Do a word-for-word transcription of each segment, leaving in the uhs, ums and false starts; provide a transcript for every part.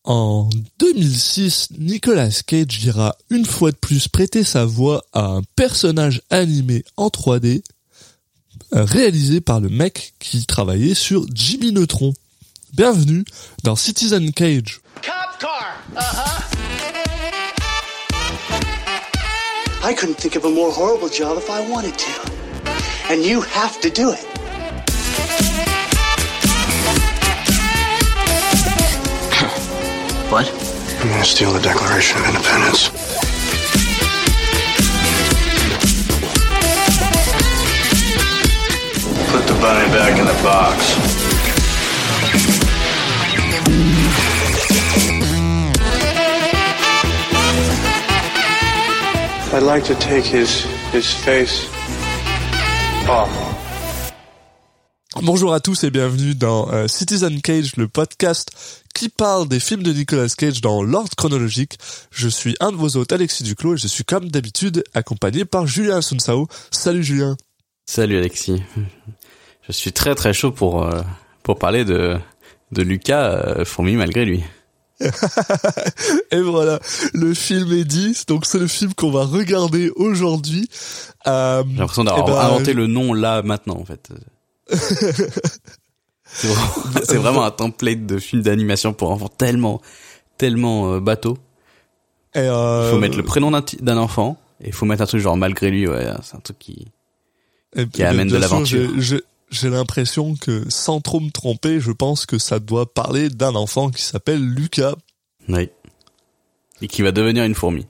En deux mille six, Nicolas Cage ira une fois de plus prêter sa voix à un personnage animé en trois D, réalisé par le mec qui travaillait sur Jimmy Neutron. Bienvenue dans Citizen Cage. Cop car. Uh-huh. I couldn't think of a more horrible job if I wanted to. And you have to do it. What? I'm gonna steal the Declaration of Independence. Put the bunny back in the box. I'd like to take his his face off. Bonjour à tous et bienvenue dans euh, Citizen Cage, le podcast qui parle des films de Nicolas Cage dans l'ordre chronologique. Je suis un de vos hôtes, Alexis Duclos, et je suis comme d'habitude accompagné par Julien Asunsao. Salut Julien. Salut Alexis. Je suis très très chaud pour euh, pour parler de de Lucas euh, Fourmi malgré lui. Et voilà, le film est dit, donc c'est le film qu'on va regarder aujourd'hui. Euh, J'ai l'impression d'avoir ben, inventé le nom là maintenant en fait. c'est, vraiment, c'est vraiment un template de film d'animation pour enfants tellement tellement euh, bateau. Et euh, il faut mettre le prénom d'un, t- d'un enfant et il faut mettre un truc genre malgré lui, ouais, c'est un truc qui et, qui amène de l'aventure. Sûr, j'ai, j'ai, j'ai l'impression que sans trop me tromper, je pense que ça doit parler d'un enfant qui s'appelle Lucas. Oui. Et qui va devenir une fourmi.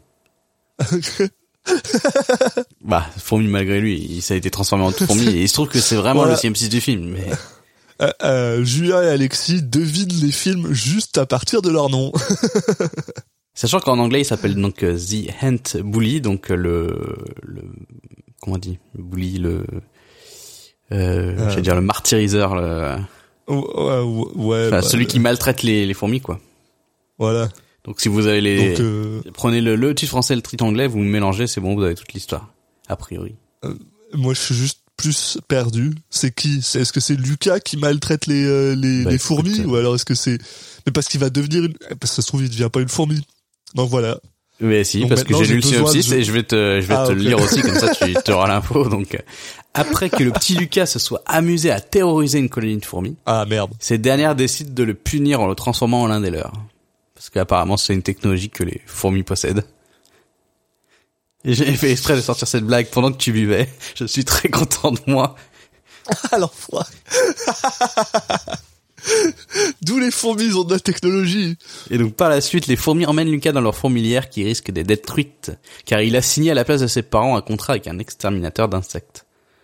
Bah, fourmi malgré lui, il, ça a été transformé en fourmi et il se trouve que c'est vraiment voilà. Le synopsis du film. Mais... Euh, euh, Julien et Alexis devinent les films juste à partir de leur nom. Sachant qu'en anglais, il s'appelle donc euh, The Ant Bully, donc euh, le, le, comment on dit, le bully, le, euh, euh. je vais dire le martyriseur, le, ouais, ouais, enfin, bah, celui qui maltraite les, les fourmis, quoi. Voilà. Donc si vous avez les, donc, euh... prenez le, le titre français et le titre anglais, vous me mélangez, c'est bon, vous avez toute l'histoire, a priori. Euh, moi, je suis juste plus perdu. C'est qui? C'est, est-ce que c'est Lucas qui maltraite les, euh, les, bah, les fourmis, écoute, ou alors est-ce que c'est, mais parce qu'il va devenir une, parce que ça se trouve, il devient pas une fourmi. Donc voilà. Oui, si, donc parce que j'ai lu le synopsis de... et je vais te, je vais ah, te okay. le lire aussi, comme ça tu, tu auras l'info. Donc, après que le petit Lucas se soit amusé à terroriser une colonie de fourmis. Ah, merde. Ces dernières décident de le punir en le transformant en l'un des leurs. Parce qu'apparemment, c'est une technologie que les fourmis possèdent. Et j'ai fait exprès de sortir cette blague pendant que tu buvais. Je suis très content de moi. Alors, l'enfoiré. D'où les fourmis ont de la technologie. Et donc par la suite, les fourmis emmènent Lucas dans leur fourmilière qui risque d'être détruite, car il a signé à la place de ses parents un contrat avec un exterminateur d'insectes.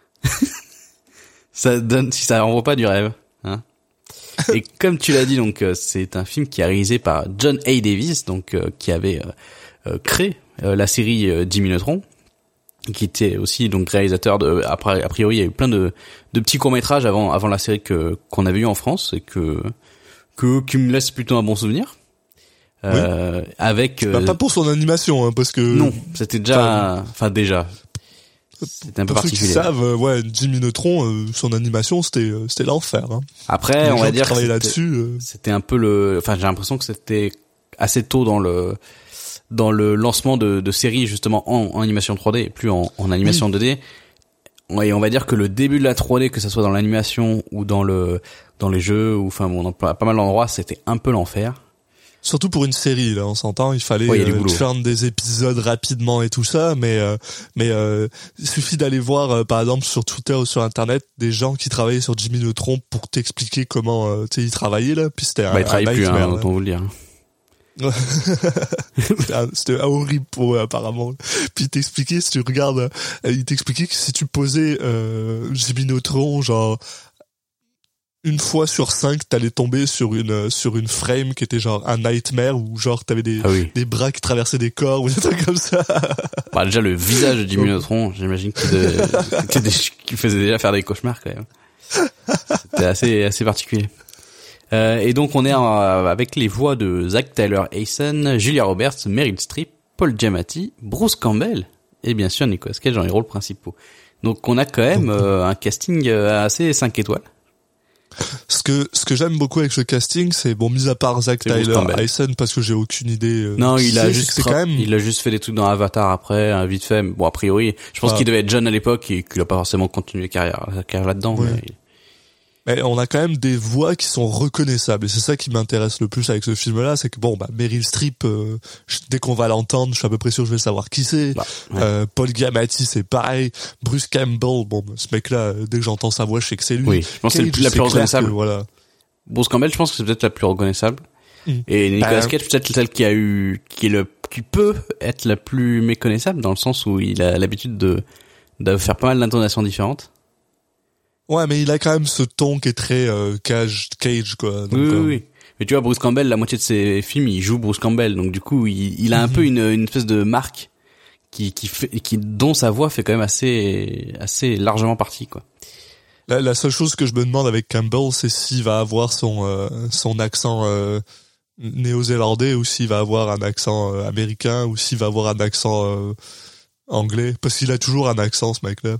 Ça donne, si ça renvoie pas du rêve, hein. Et comme tu l'as dit, donc c'est un film qui est réalisé par John A. Davis, donc euh, qui avait euh, euh, créé euh, la série euh, Jimmy Neutron, qui était aussi donc réalisateur de, après, a priori il y a eu plein de de petits courts-métrages avant avant la série que qu'on avait eu en France et que que qui me laisse plutôt un bon souvenir. Euh oui. Avec bah, euh, pas pour son animation hein, parce que non, c'était déjà enfin, enfin déjà c'était un peu pour particulier. Ceux qui savent euh, ouais, Jimmy Neutron euh, son animation c'était euh, c'était l'enfer hein. Après, les on va dire que c'était, là-dessus euh... c'était un peu le enfin j'ai l'impression que c'était assez tôt dans le dans le lancement de, de séries justement en, en animation trois D et plus en, en animation oui. deux D. Et on va dire que le début de la trois D, que ça soit dans l'animation ou dans le dans les jeux ou enfin bon dans pas mal d'endroits, c'était un peu l'enfer. Surtout pour une série là, on s'entend, il fallait ouais, il euh, faire des épisodes rapidement et tout ça, mais euh, mais euh, il suffit d'aller voir euh, par exemple sur Twitter ou sur internet des gens qui travaillaient sur Jimmy Neutron pour t'expliquer comment euh, tu sais ils travaillaient là, puis c'était bah, un, ils travaillent plus hein, autant vous le dire. c'était, c'était horrible pour eux apparemment. Puis il t'expliquait, si tu regardes, il t'expliquait que si tu posais euh, Jimmy Neutron genre une fois sur cinq, t'allais tomber sur une sur une frame qui était genre un nightmare où genre t'avais des ah oui. des bras qui traversaient des corps ou des trucs comme ça. Bah déjà le visage de Jimmy Neutron, j'imagine qu'il, devait, qu'il faisait déjà faire des cauchemars quand même. C'était assez assez particulier. Euh, et donc on est en, avec les voix de Zach Taylor Hayson, Julia Roberts, Meryl Streep, Paul Giamatti, Bruce Campbell et bien sûr Nicolas Cage dans les rôles principaux. Donc on a quand même euh, un casting assez cinq étoiles. Ce que ce que j'aime beaucoup avec le casting, c'est bon, mis à part Zach C'est Bruce Tyler Campbell. Hayson, parce que j'ai aucune idée. Euh, Non, qui il a c'est, juste, c'est quand même. il a juste fait des trucs dans Avatar après, hein, vite fait. Bon, a priori, je pense Ah. qu'il devait être jeune à l'époque et qu'il a pas forcément continué carrière, sa carrière là-dedans. Ouais. Mais... Mais on a quand même des voix qui sont reconnaissables et c'est ça qui m'intéresse le plus avec ce film-là, c'est que bon, bah Meryl Streep, euh, je- dès qu'on va l'entendre, je suis à peu près sûr que je vais savoir qui c'est. Bah, ouais. Euh, Paul Giamatti, c'est pareil. Bruce Campbell, bon, ce mec-là, euh, dès que j'entends sa voix, je sais que c'est lui. Oui, je pense que c'est Cage, le- la plus clair reconnaissable. que, voilà. Bruce Campbell, je pense que c'est peut-être la plus reconnaissable. Mm. Et Nicolas Bah, Cage, peut-être celle qui a eu, qui est le, qui peut être la plus méconnaissable dans le sens où il a l'habitude de, de faire pas mal d'intonations différentes. Ouais, mais il a quand même ce ton qui est très euh, Cage, Cage, quoi. Donc, Oui, oui, euh, oui. Mais tu vois, Bruce Campbell, la moitié de ses films, il joue Bruce Campbell. Donc du coup, il, il a un Mhm. peu une, une espèce de marque qui, qui fait, qui, dont sa voix fait quand même assez, assez largement partie, quoi. La, la seule chose que je me demande avec Campbell, c'est s'il va avoir son euh, son accent euh, néo-zélandais ou s'il va avoir un accent euh, américain ou s'il va avoir un accent euh, anglais, parce qu'il a toujours un accent, ce mec-là.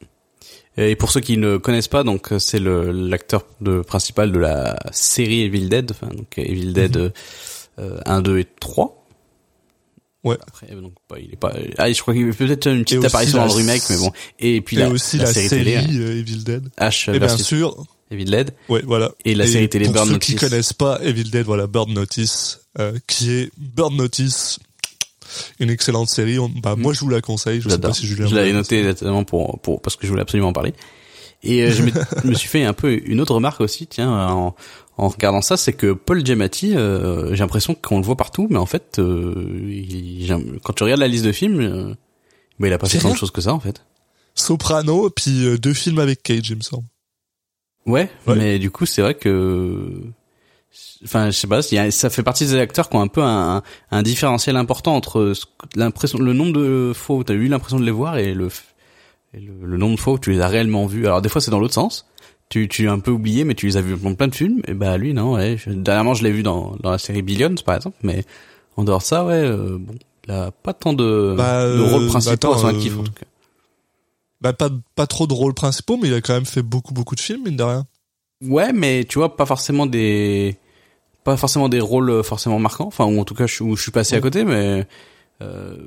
Et pour ceux qui ne connaissent pas, donc c'est le l'acteur de principal de la série Evil Dead, enfin donc Evil Dead Mhm. euh, un, deux et trois. Ouais. Après donc bah, il est pas ah je crois qu'il y a peut-être une Et petite aussi apparition la dans le remake mais bon et puis Et la, aussi la, la, série, série, télé hein. euh, Evil Dead. H Et bien versus sûr, Evil Dead ouais, voilà. et la série télé pour Burn ceux Notice. qui connaissent pas Evil Dead, voilà, Burn Notice, euh, qui est Burn Notice, une excellente série. On, bah, moi, je vous la conseille. Je sais J'adore. pas si Julien. Je vous l'avais la noté notamment pour pour parce que je voulais absolument en parler. Et euh, je me, je me suis fait un peu une autre remarque aussi, tiens, en, en regardant ça, c'est que Paul Giamatti, euh, j'ai l'impression qu'on le voit partout, mais en fait, euh, il, j'ai- quand tu regardes la liste de films, euh, bah, il a pas C'est fait tant de rien. choses que ça en fait. Soprano, puis euh, deux films avec Cage, il me semble. Ouais, Ouais. mais du coup, c'est vrai que, enfin, je sais pas, il y a- ça fait partie des acteurs qui ont un peu un, un différentiel important entre ce que- l'impression, le nombre de fois où t'as eu l'impression de les voir et le Et le, le nombre de fois où tu les as réellement vus. Alors des fois c'est dans l'autre sens. Tu tu as un peu oublié mais tu les as vus dans plein de films. Et bah lui non. Ouais. Je, dernièrement je l'ai vu dans dans la série Billions par exemple. Mais en dehors de ça ouais euh, bon il a pas tant de Bah, de rôles euh, principaux attends, à son actif euh, en tout cas. Bah, pas, pas trop de rôles principaux, mais il a quand même fait beaucoup, beaucoup de films, mine de rien. Ouais mais tu vois pas forcément des pas forcément des rôles forcément marquants. Enfin ou en tout cas je, où je suis passé à côté mais euh,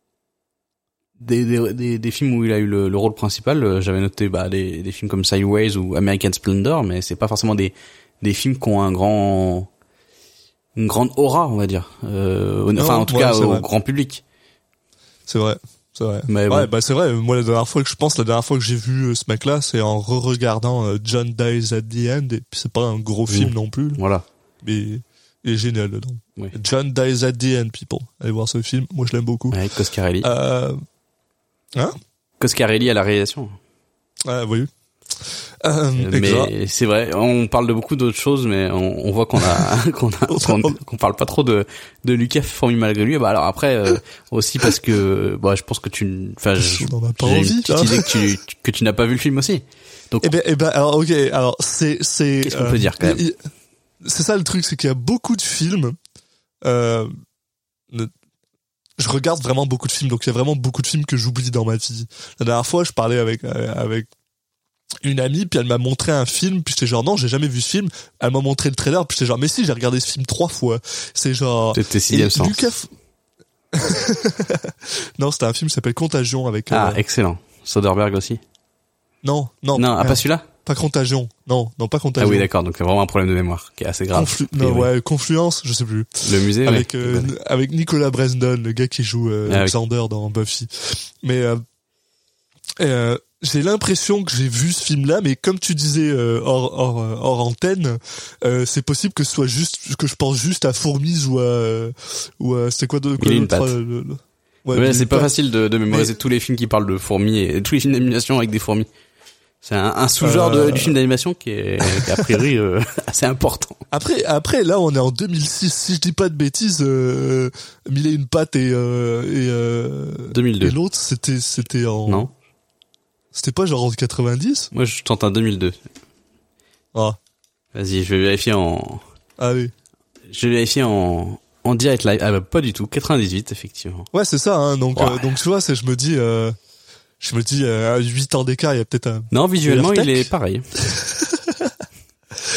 Des, des, des, des films où il a eu le, le rôle principal, euh, j'avais noté bah, des, des films comme Sideways ou American Splendor, mais c'est pas forcément des, des films qui ont un grand, une grande aura, on va dire. Euh, au- Non, enfin, en tout ouais, cas, c'est au vrai. grand public. C'est vrai. C'est vrai. Mais ouais, bon. bah c'est vrai. Moi, la dernière fois que je pense, la dernière fois que j'ai vu euh, ce mec-là, c'est en re-regardant euh, John Dies at the End, et puis c'est pas un gros film Mmh. non plus, Voilà. mais il est génial dedans. Ouais. John Dies at the End, people. Allez voir ce film. Moi, je l'aime beaucoup. Avec Coscarelli. Euh, hein? Coscarelli à la réalisation. Ah, oui. Euh, mais exact. c'est vrai, on parle de beaucoup d'autres choses, mais on, on voit qu'on a, qu'on a, qu'on, qu'on parle pas trop de, de Lucas Fourmi malgré lui. Bah alors après, euh, aussi parce que, bah je pense que tu, enfin, je- On en a pas j'ai envie, une petite là. idée que tu, que tu n'as pas vu le film aussi. Donc, Eh ben, eh ben, alors, ok, alors, c'est, c'est, Qu'est-ce qu'on peut dire, quand même il- c'est ça le truc, c'est qu'il y a beaucoup de films, euh, ne- je regarde vraiment beaucoup de films, donc il y a vraiment beaucoup de films que j'oublie dans ma vie. La dernière fois, je parlais avec, euh, avec une amie, puis elle m'a montré un film, puis j'étais genre, non, j'ai jamais vu ce film. Elle m'a montré le trailer, puis j'étais genre, mais si, j'ai regardé ce film trois fois. C'est genre, c'était et sixième sens. Lucas, F- non, c'était un film qui s'appelle Contagion avec, Ah, euh, excellent. Soderbergh aussi. non, non, Non, ah, merde, pas celui-là? pas Contagion. Non, non, pas Ah Contagion. oui, d'accord. Donc, c'est vraiment un problème de mémoire qui est assez grave. Conflu- a non, priori. ouais, Confluence, je sais plus. Le musée, ouais. Avec euh, avec Nicolas Brandon, le gars qui joue euh, Ah oui. Xander dans Buffy. Mais euh, euh, j'ai l'impression que j'ai vu ce film-là, mais comme tu disais euh, hors hors euh, hors antenne, euh, c'est possible que ce soit juste que je pense juste à Fourmise ou à ou à c'était quoi de quoi Mille et une l'autre, pattes. euh, le- le- Ouais, Mille et c'est une pas pattes. facile de, de mémoriser Mais- tous les films qui parlent de fourmis et tous les films d'animation avec des fourmis. C'est un, un sous-genre Euh. de, du film d'animation qui est, qui est a priori euh, assez important. Après, après, là, on est en deux mille six. Si je dis pas de bêtises, euh, Mille et une pattes et euh, et, euh, deux mille deux. et l'autre, c'était c'était en Non? C'était pas genre en quatre-vingt-dix? Moi, je tente un deux mille deux. Ah, Vas-y, je vais vérifier en, allez. je vais vérifier en, en direct live. Ah bah, pas du tout. quatre-vingt-dix-huit, effectivement. Ouais, c'est ça, hein. Donc, Ouais. euh, donc, tu vois, c'est, je me dis, euh, je me dis, euh, à huit ans d'écart, il y a peut-être un, Non, visuellement, Tech. il est pareil.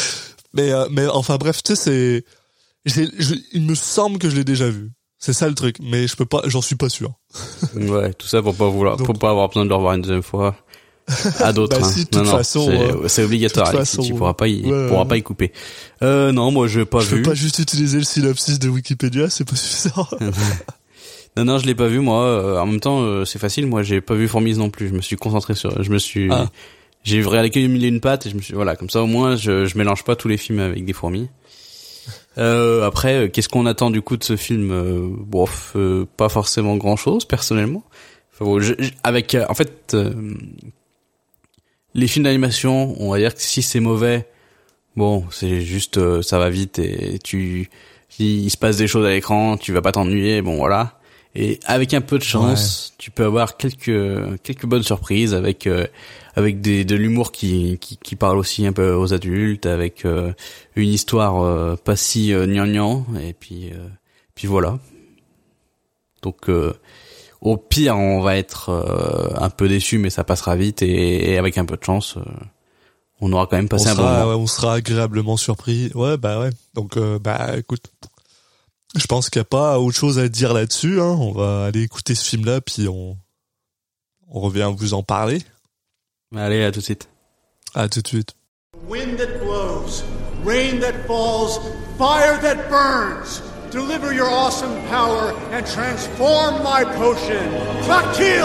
Mais euh, mais enfin bref, tu sais, c'est, j'ai, je, il me semble que je l'ai déjà vu. C'est ça le truc, mais je peux pas, j'en suis pas sûr. Ouais, tout ça pour pas vouloir, Donc, pour pas avoir besoin de le revoir une deuxième fois. À d'autres, bah hein. si, de non, toute non, façon, c'est, euh, c'est obligatoire. toute Alexis, façon, tu pourras pas y, ouais, pourras ouais. pas y couper. Euh, non, moi je l'ai pas je vu. peux pas juste utiliser le synopsis de Wikipédia, c'est pas suffisant. Non, non, je l'ai pas vu, moi. Euh, en même temps, euh, c'est facile. Moi, j'ai pas vu Fourmise non plus. Je me suis concentré sur, je me suis, Ah. j'ai regardé que mille et une pattes et je me suis, voilà, comme ça, au moins, je, je mélange pas tous les films avec des fourmis. Euh, après, euh, qu'est-ce qu'on attend du coup de ce film? euh, Bof, euh, pas forcément grand-chose, personnellement. Enfin, bon, je, je- avec, euh, en fait, euh, les films d'animation, on va dire que si c'est mauvais, bon, c'est juste, euh, ça va vite et tu, il, il se passe des choses à l'écran, tu vas pas t'ennuyer, bon voilà. Et avec un peu de chance, tu peux avoir quelques quelques bonnes surprises avec euh, avec des de l'humour qui, qui qui parle aussi un peu aux adultes, avec euh, une histoire euh, pas si euh, gnangnan et puis euh, puis voilà. Donc euh, au pire, on va être euh, un peu déçu, mais ça passera vite et, et avec un peu de chance, euh, on aura quand même On passé un bon sera, moment. ouais, on sera agréablement surpris. Ouais, bah ouais. Donc, euh, bah écoute, je pense qu'il n'y a pas autre chose à dire là-dessus. Hein. On va aller écouter ce film-là, puis on, on revient vous en parler. Allez, à tout de suite. À tout de suite. Wind that blows, rain that falls, fire that burns. Deliver your awesome power and transform my potion. Fakil!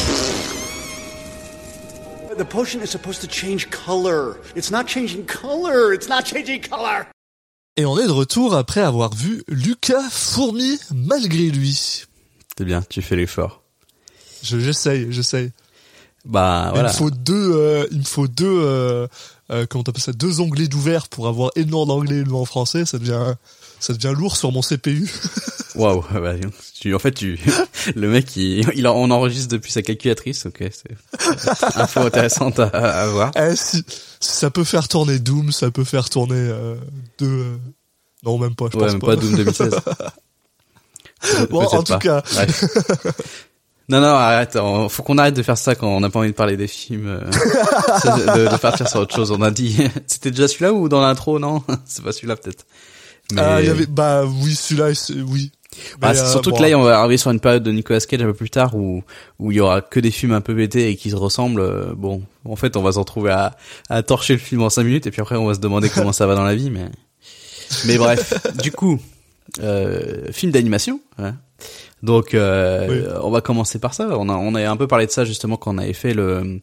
The potion is supposed to change color. It's not changing color. It's not changing color. Et on est de retour après avoir vu Lucas Fourmi malgré lui. C'est bien, tu fais l'effort. Je, j'essaye, j'essaye. Bah voilà. Il me faut deux, euh, il me faut deux, euh, euh, comment t'appelles ça, deux onglets d'ouvert pour avoir et le nom en anglais et le nom en français. Ça devient, ça devient lourd sur mon C P U. Waouh, bah, tu, en fait, tu, le mec, il, il en, on enregistre depuis sa calculatrice, ok, c'est info intéressante à, à voir. Eh, si, si ça peut faire tourner Doom, ça peut faire tourner euh, deux, euh, non même pas, je Ouais, pense même pas. pas Doom deux mille seize. Bon, Peut-être en tout pas. cas. Bref. Non, non, arrête, on- faut qu'on arrête de faire ça quand on n'a pas envie de parler des films, euh, de, de partir sur autre chose. On a dit, c'était déjà celui-là ou dans l'intro, non? C'est pas celui-là peut-être. Mais... Ah, il y avait, bah oui, celui-là, c'est- oui. Bah, Mais, c'est euh, surtout bon. que là, on va arriver sur une période de Nicolas Cage un peu plus tard où où il y aura que des films un peu pétés et qui se ressemblent. euh, Bon, en fait, on va se retrouver à à torcher le film en cinq minutes et puis après, on va se demander comment ça va dans la vie. Mais mais bref, du coup, euh, film d'animation. Hein. Donc, euh, Oui. on va commencer par ça. On a on a un peu parlé de ça justement quand on avait fait le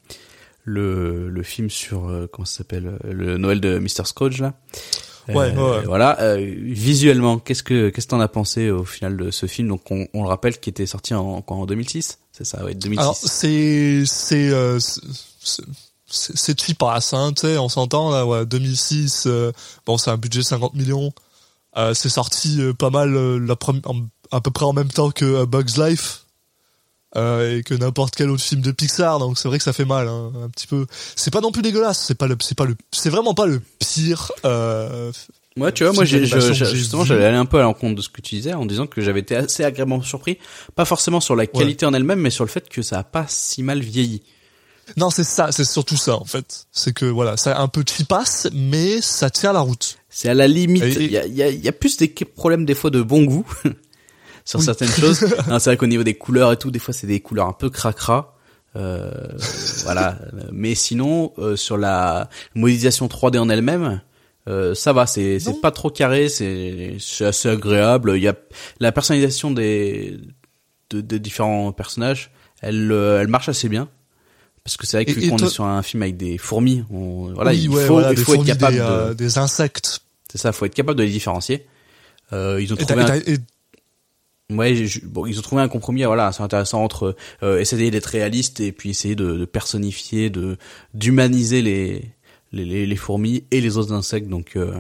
le le film sur euh, comment ça s'appelle, le Noël de mister Scrooge là. Ouais, Euh, ouais. Voilà. Euh, visuellement, qu'est-ce que qu'est-ce que t'en as pensé au final de ce film? Donc, on, on le rappelle, qui était sorti en quoi, en deux mille six, c'est ça, ouais, deux mille six. Alors c'est c'est euh, c'est c'est c'est cheapass, hein, tu sais, on s'entend là, ouais, deux mille six. Euh, bon, c'est un budget de cinquante millions. Euh, c'est sorti euh, pas mal euh, la premi- en- à peu près en même temps que euh, Bugs Life euh, et que n'importe quel autre film de Pixar. Donc c'est vrai que ça fait mal, hein, un petit peu. C'est pas non plus dégueulasse. C'est pas le, c'est pas le, c'est vraiment pas le pire. Euh, Ouais, tu vois, moi, film j'ai, je- d'animation je- que j'ai justement, vu. j'allais aller un peu à l'encontre de ce que tu disais en disant que j'avais été assez agréablement surpris, pas forcément sur la qualité en elle-même, mais sur le fait que ça a pas si mal vieilli. Non, c'est ça, c'est surtout ça en fait. C'est que voilà, ça a un peu cheapass, mais ça tient la route. C'est à la limite, Et- il y a, il y a, il y a plus des problèmes des fois de bon goût sur Oui. certaines choses. Non, c'est vrai qu'au niveau des couleurs et tout, des fois c'est des couleurs un peu cracra. Euh, voilà. Mais sinon, euh, sur la modélisation trois D en elle-même, euh, ça va. C'est, c'est Non. pas trop carré. C'est, c'est assez agréable. Il y a la personnalisation des de, de différents personnages. Elle, euh, elle marche assez bien. Parce que c'est vrai que Et- vu et qu'on toi- est sur un film avec des fourmis, on, voilà, Oui, il ouais, faut, voilà, il des faut être fourmis, capable des, de, euh, des insectes. c'est ça, faut être capable de les différencier. Euh, ils ont Et trouvé t'as- un, et t'as- et- ouais, je- bon, ils ont trouvé un compromis, voilà, c'est intéressant entre euh, essayer d'être réaliste et puis essayer de, de personnifier, de d'humaniser les, les les les fourmis et les autres insectes. Donc euh,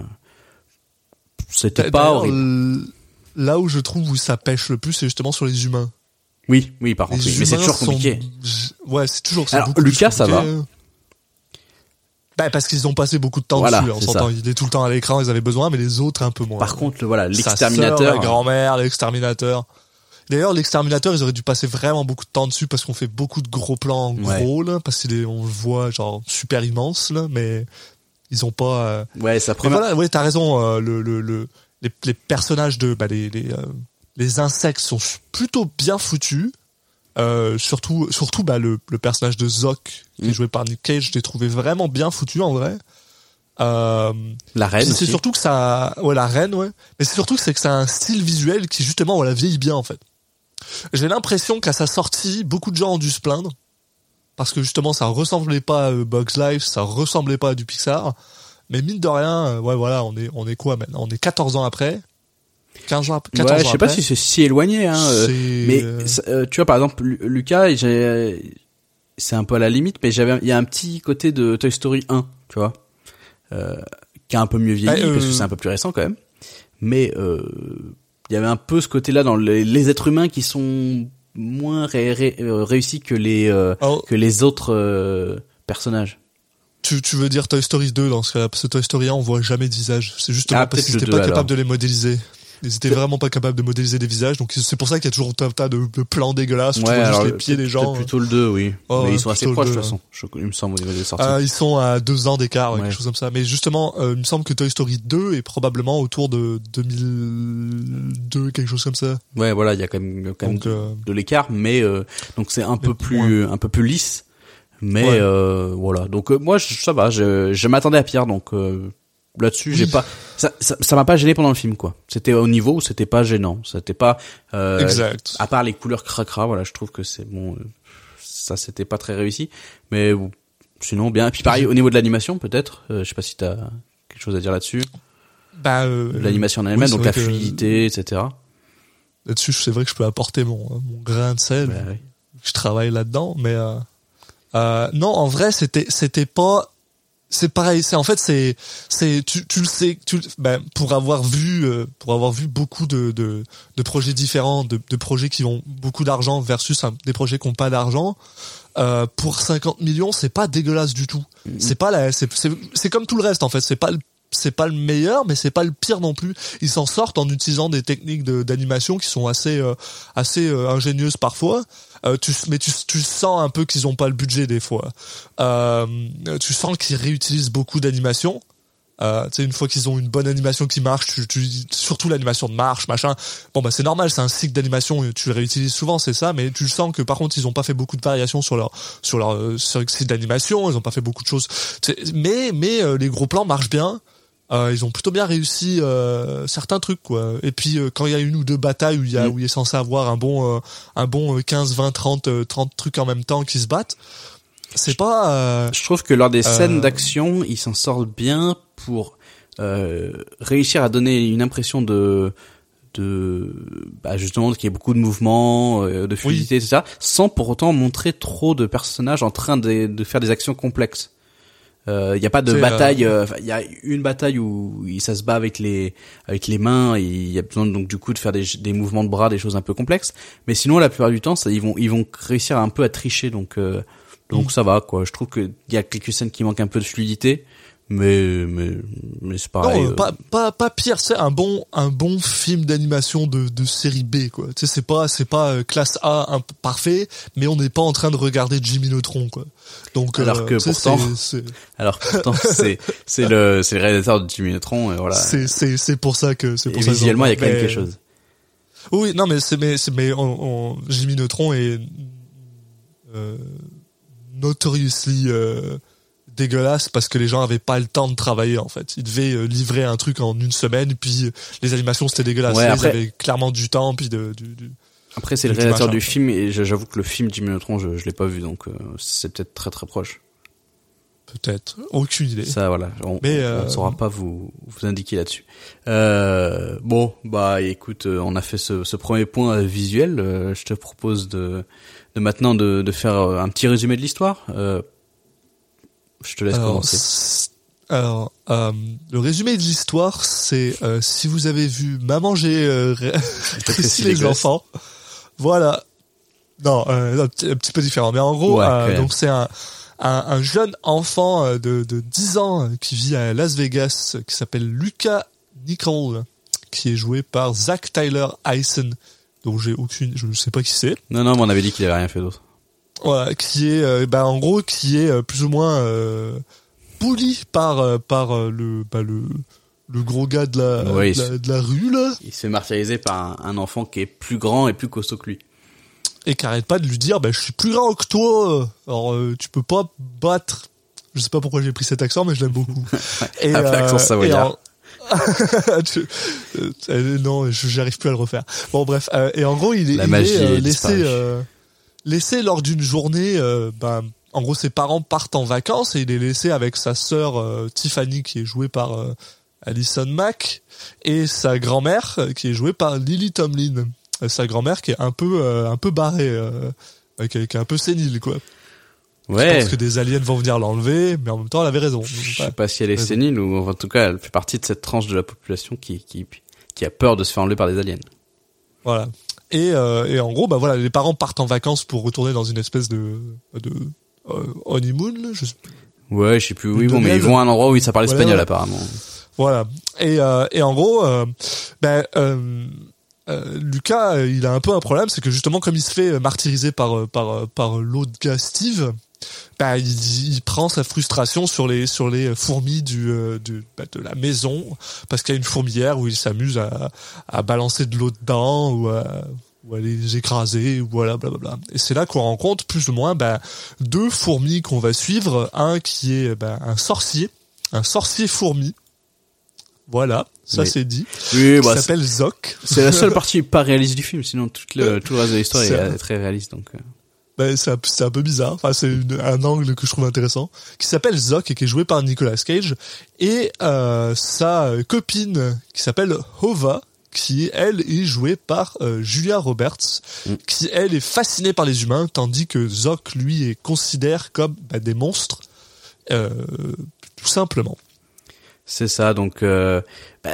c'était pas d'ailleurs, horrible. l- Là où je trouve où ça pêche le plus, c'est justement sur les humains. Oui, oui, par contre, Les oui. mais c'est humains toujours sont- compliqué. Ouais, c'est toujours. c'est Alors, beaucoup plus Lucas, ça compliqué. va. Bah, parce qu'ils ont passé beaucoup de temps Voilà, dessus. On c'est s'entend. ça. Il est tout le temps à l'écran. Ils avaient besoin, mais les autres un peu moins. Par contre, le- voilà, Sa l'exterminateur. sœur, la grand-mère, l'exterminateur. D'ailleurs, l'exterminateur, ils auraient dû passer vraiment beaucoup de temps dessus parce qu'on fait beaucoup de gros plans en Ouais. gros là, parce qu'on le voit genre super immense là, mais Ils ont pas. Euh... Ouais, ça. Première... Voilà, ouais, t'as raison. Euh, le, le, le, les, les personnages de, bah, les, les, euh, les insectes sont plutôt bien foutus. Euh, surtout, surtout, bah, le, le personnage de Zoc, qui est mmh. joué par Nick Cage, je l'ai trouvé vraiment bien foutu en vrai. Euh, la reine. C'est aussi. surtout que ça, ouais, la reine, ouais. Mais c'est surtout que c'est que c'est un style visuel qui justement, on la vieillit bien en fait. J'ai l'impression qu'à sa sortie, beaucoup de gens ont dû se plaindre parce que justement, ça ressemblait pas à Bugs Life, ça ressemblait pas à du Pixar. Mais mine de rien, ouais, voilà, on est, on est quoi maintenant ? On est quatorze ans après. quinze ans, quatorze ouais, ans je sais après. pas si c'est si éloigné, hein. C'est... Mais euh, tu vois, par exemple, Lucas, j'ai, c'est un peu à la limite, mais j'avais, il y a un petit côté de Toy Story un, tu vois. Euh, qui a un peu mieux vieilli euh, parce que c'est un peu plus récent quand même, mais euh, il y avait un peu ce côté-là dans les, les êtres humains qui sont moins ré, ré, réussis que les euh, oh. que les autres euh, personnages. Tu, tu veux dire Toy Story deux dans ce cas-là, parce que Toy Story un on voit jamais de visage, c'est justement ah, parce qu'ils étaient pas capables de les modéliser. Ils étaient vraiment pas capables de modéliser des visages, donc c'est pour ça qu'il y a toujours un tas de, de plans dégueulasses où ouais, tu vois alors, juste les pieds des gens. Plutôt le deux, oui. Oh, mais ouais, ils sont assez proches de toute façon, je, il me semble, au niveau des sorties. Euh, ils sont à deux ans d'écart, ouais, ouais. quelque chose comme ça. Mais justement, euh, il me semble que Toy Story deux est probablement autour de deux mille deux, quelque chose comme ça. Ouais, voilà, il y a quand même, quand donc, même euh... de, de l'écart, mais euh, donc c'est un peu plus, moins. un peu plus lisse. Mais ouais. euh, voilà, donc euh, moi, je, ça va, je, je m'attendais à pire, donc... Euh, là-dessus, oui. j'ai pas, ça, ça, ça m'a pas gêné pendant le film, quoi. C'était au niveau où c'était pas gênant. C'était pas, euh, exact. À part les couleurs cracra, voilà, je trouve que c'est bon, euh, ça c'était pas très réussi. Mais sinon, bien. Et puis pareil, au niveau de l'animation, peut-être, euh, je sais pas si t'as quelque chose à dire là-dessus. Bah, euh, l'animation en elle-même, oui, donc la que... fluidité, et cetera. Là-dessus, c'est vrai que je peux apporter mon, mon grain de sel. Bah, oui. Je travaille là-dedans, mais, euh, euh, non, en vrai, c'était, c'était pas, c'est pareil, c'est en fait c'est c'est tu tu le sais tu ben pour avoir vu euh, pour avoir vu beaucoup de de de projets différents, de de projets qui ont beaucoup d'argent versus un, des projets qui ont pas d'argent, euh, pour cinquante millions, c'est pas dégueulasse du tout. Mm-hmm. C'est pas la c'est c'est c'est comme tout le reste en fait, c'est pas le c'est pas le meilleur, mais c'est pas le pire non plus. Ils s'en sortent en utilisant des techniques de, d'animation qui sont assez, euh, assez euh, ingénieuses parfois. Euh, tu, mais tu, tu sens un peu qu'ils ont pas le budget des fois. Euh, tu sens qu'ils réutilisent beaucoup d'animation. Euh, tu sais, une fois qu'ils ont une bonne animation qui marche, tu, tu, surtout l'animation de marche, machin. Bon bah c'est normal, c'est un cycle d'animation, tu le réutilises souvent, c'est ça. Mais tu sens que par contre ils ont pas fait beaucoup de variations sur leur, sur leur, euh, sur le cycle d'animation. Ils ont pas fait beaucoup de choses. Mais, mais euh, les gros plans marchent bien. Euh, ils ont plutôt bien réussi euh, certains trucs quoi. Et puis euh, quand il y a une ou deux batailles où il y a mmh. où il est censé avoir un bon euh, un bon quinze, vingt, trente, trente trucs en même temps qui se battent, c'est pas euh, je trouve que lors des scènes euh, d'action, ils s'en sortent bien pour euh, réussir à donner une impression de de bah justement qu'il y ait beaucoup de mouvements, euh, de fluidité, oui. et cetera, sans pour autant montrer trop de personnages en train de, de faire des actions complexes. Il euh, y a pas de c'est bataille. Il euh... euh, y a une bataille où ça se bat avec les avec les mains et il y a besoin donc du coup de faire des des mouvements de bras, des choses un peu complexes. Mais sinon la plupart du temps, ça, ils vont ils vont réussir un peu à tricher. Donc euh, donc mmh. ça va quoi. Je trouve que il y a quelques scènes qui manquent un peu de fluidité, mais mais mais c'est pareil. Non, euh... pas pas pas pire. C'est un bon un bon film d'animation de de série B quoi. Tu sais c'est pas c'est pas classe A un, parfait, mais on n'est pas en train de regarder Jimmy Neutron quoi. Donc alors que euh, pourtant c'est, c'est... alors que pourtant c'est c'est le c'est le réalisateur de Jimmy Neutron et voilà. C'est c'est c'est pour ça que c'est pour et ça visuellement il y a quand mais... même quelque chose. Oui, non mais c'est mais c'est mais on, on, Jimmy Neutron est euh, notoriously euh, dégueulasse parce que les gens avaient pas le temps de travailler en fait. Ils devaient euh, livrer un truc en une semaine puis euh, les animations c'était dégueulasse. Ouais, après... Ils avaient clairement du temps puis de du, du Après c'est le réalisateur du film et j'avoue que le film Jimmy Neutron je je l'ai pas vu donc euh, c'est peut-être très très proche. Peut-être, aucune idée. Ça voilà, on Mais on, euh... on saura pas vous vous indiquer là-dessus. Euh, bon bah écoute, on a fait ce ce premier point visuel, euh, je te propose de de maintenant de de faire un petit résumé de l'histoire. Euh, je te laisse alors, commencer. Alors, euh, le résumé de l'histoire, c'est euh, si vous avez vu Maman j'ai euh, rétréci les, les enfants, voilà. Non, euh, un, petit, un petit peu différent, mais en gros, ouais, euh, donc c'est un, un un jeune enfant de de dix ans qui vit à Las Vegas, qui s'appelle Lucas Nichol, qui est joué par Zach Tyler Eisen, dont j'ai aucune, je ne sais pas qui c'est. Non non, mais on avait dit qu'il avait rien fait d'autre. Voilà, qui est, euh, bah en gros, qui est euh, plus ou moins euh, bully par euh, par euh, le bah, le le gros gars de la, ouais, de, la de la rue là. Il se fait martyriser par un, un enfant qui est plus grand et plus costaud que lui. Et qui arrête pas de lui dire, bah, je suis plus grand que toi, alors euh, tu peux pas battre. Je sais pas pourquoi j'ai pris cet accent, mais je l'aime beaucoup. Et un euh, accent savoyard. tu, euh, non, je, j'arrive plus à le refaire. Bon, bref. Euh, et en gros, il est, La il magie est euh, est laissé, euh, laissé lors d'une journée. Euh, ben, en gros, ses parents partent en vacances et il est laissé avec sa sœur euh, Tiffany, qui est jouée par euh, Alison Mack, et sa grand-mère, euh, qui est jouée par Lily Tomlin. Euh, sa grand-mère qui est un peu, euh, un peu barrée, euh, qui, est, qui est un peu sénile, quoi. Ouais. Je pense que des aliens vont venir l'enlever, mais en même temps, elle avait raison. Je sais pas si elle est sénile ou en tout cas, elle fait partie de cette tranche de la population qui qui qui a peur de se faire enlever par des aliens. Voilà. Et euh, et en gros, bah voilà, les parents partent en vacances pour retourner dans une espèce de de euh, honeymoon. Je sais... Ouais, je sais plus. Oui, bon, mais ils vont à un endroit où ça parle voilà, espagnol ouais. apparemment. Voilà. Et euh, et en gros, euh, ben euh, Euh, Lucas, il a un peu un problème, c'est que justement comme il se fait martyriser par par par l'autre gars Steve, bah il, il prend sa frustration sur les sur les fourmis du, du bah, de la maison, parce qu'il y a une fourmilière où il s'amuse à à balancer de l'eau dedans ou à ou à les écraser ou voilà blablabla. Et c'est là qu'on rencontre plus ou moins bah deux fourmis qu'on va suivre, un qui est bah, un sorcier, un sorcier fourmi. Voilà, ça oui. c'est dit. Oui, bah, il s'appelle Zoc. C'est la seule partie pas réaliste du film, sinon tout le, tout le reste de l'histoire est, est très réaliste. Donc. Ben, c'est, un, c'est un peu bizarre. Enfin, c'est une, un angle que je trouve intéressant. Qui s'appelle Zoc et qui est joué par Nicolas Cage. Et euh, sa copine qui s'appelle Hova, qui elle est jouée par euh, Julia Roberts, mm. qui elle est fascinée par les humains, tandis que Zoc lui est considère comme ben, des monstres, euh, tout simplement. C'est ça, donc euh, bah,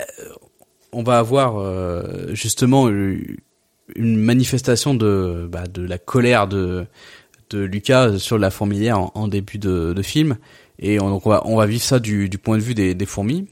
on va avoir euh, justement une manifestation de bah, de la colère de de Lucas sur la fourmilière en, en début de, de film, et on, donc on va on va vivre ça du du point de vue des, des fourmis,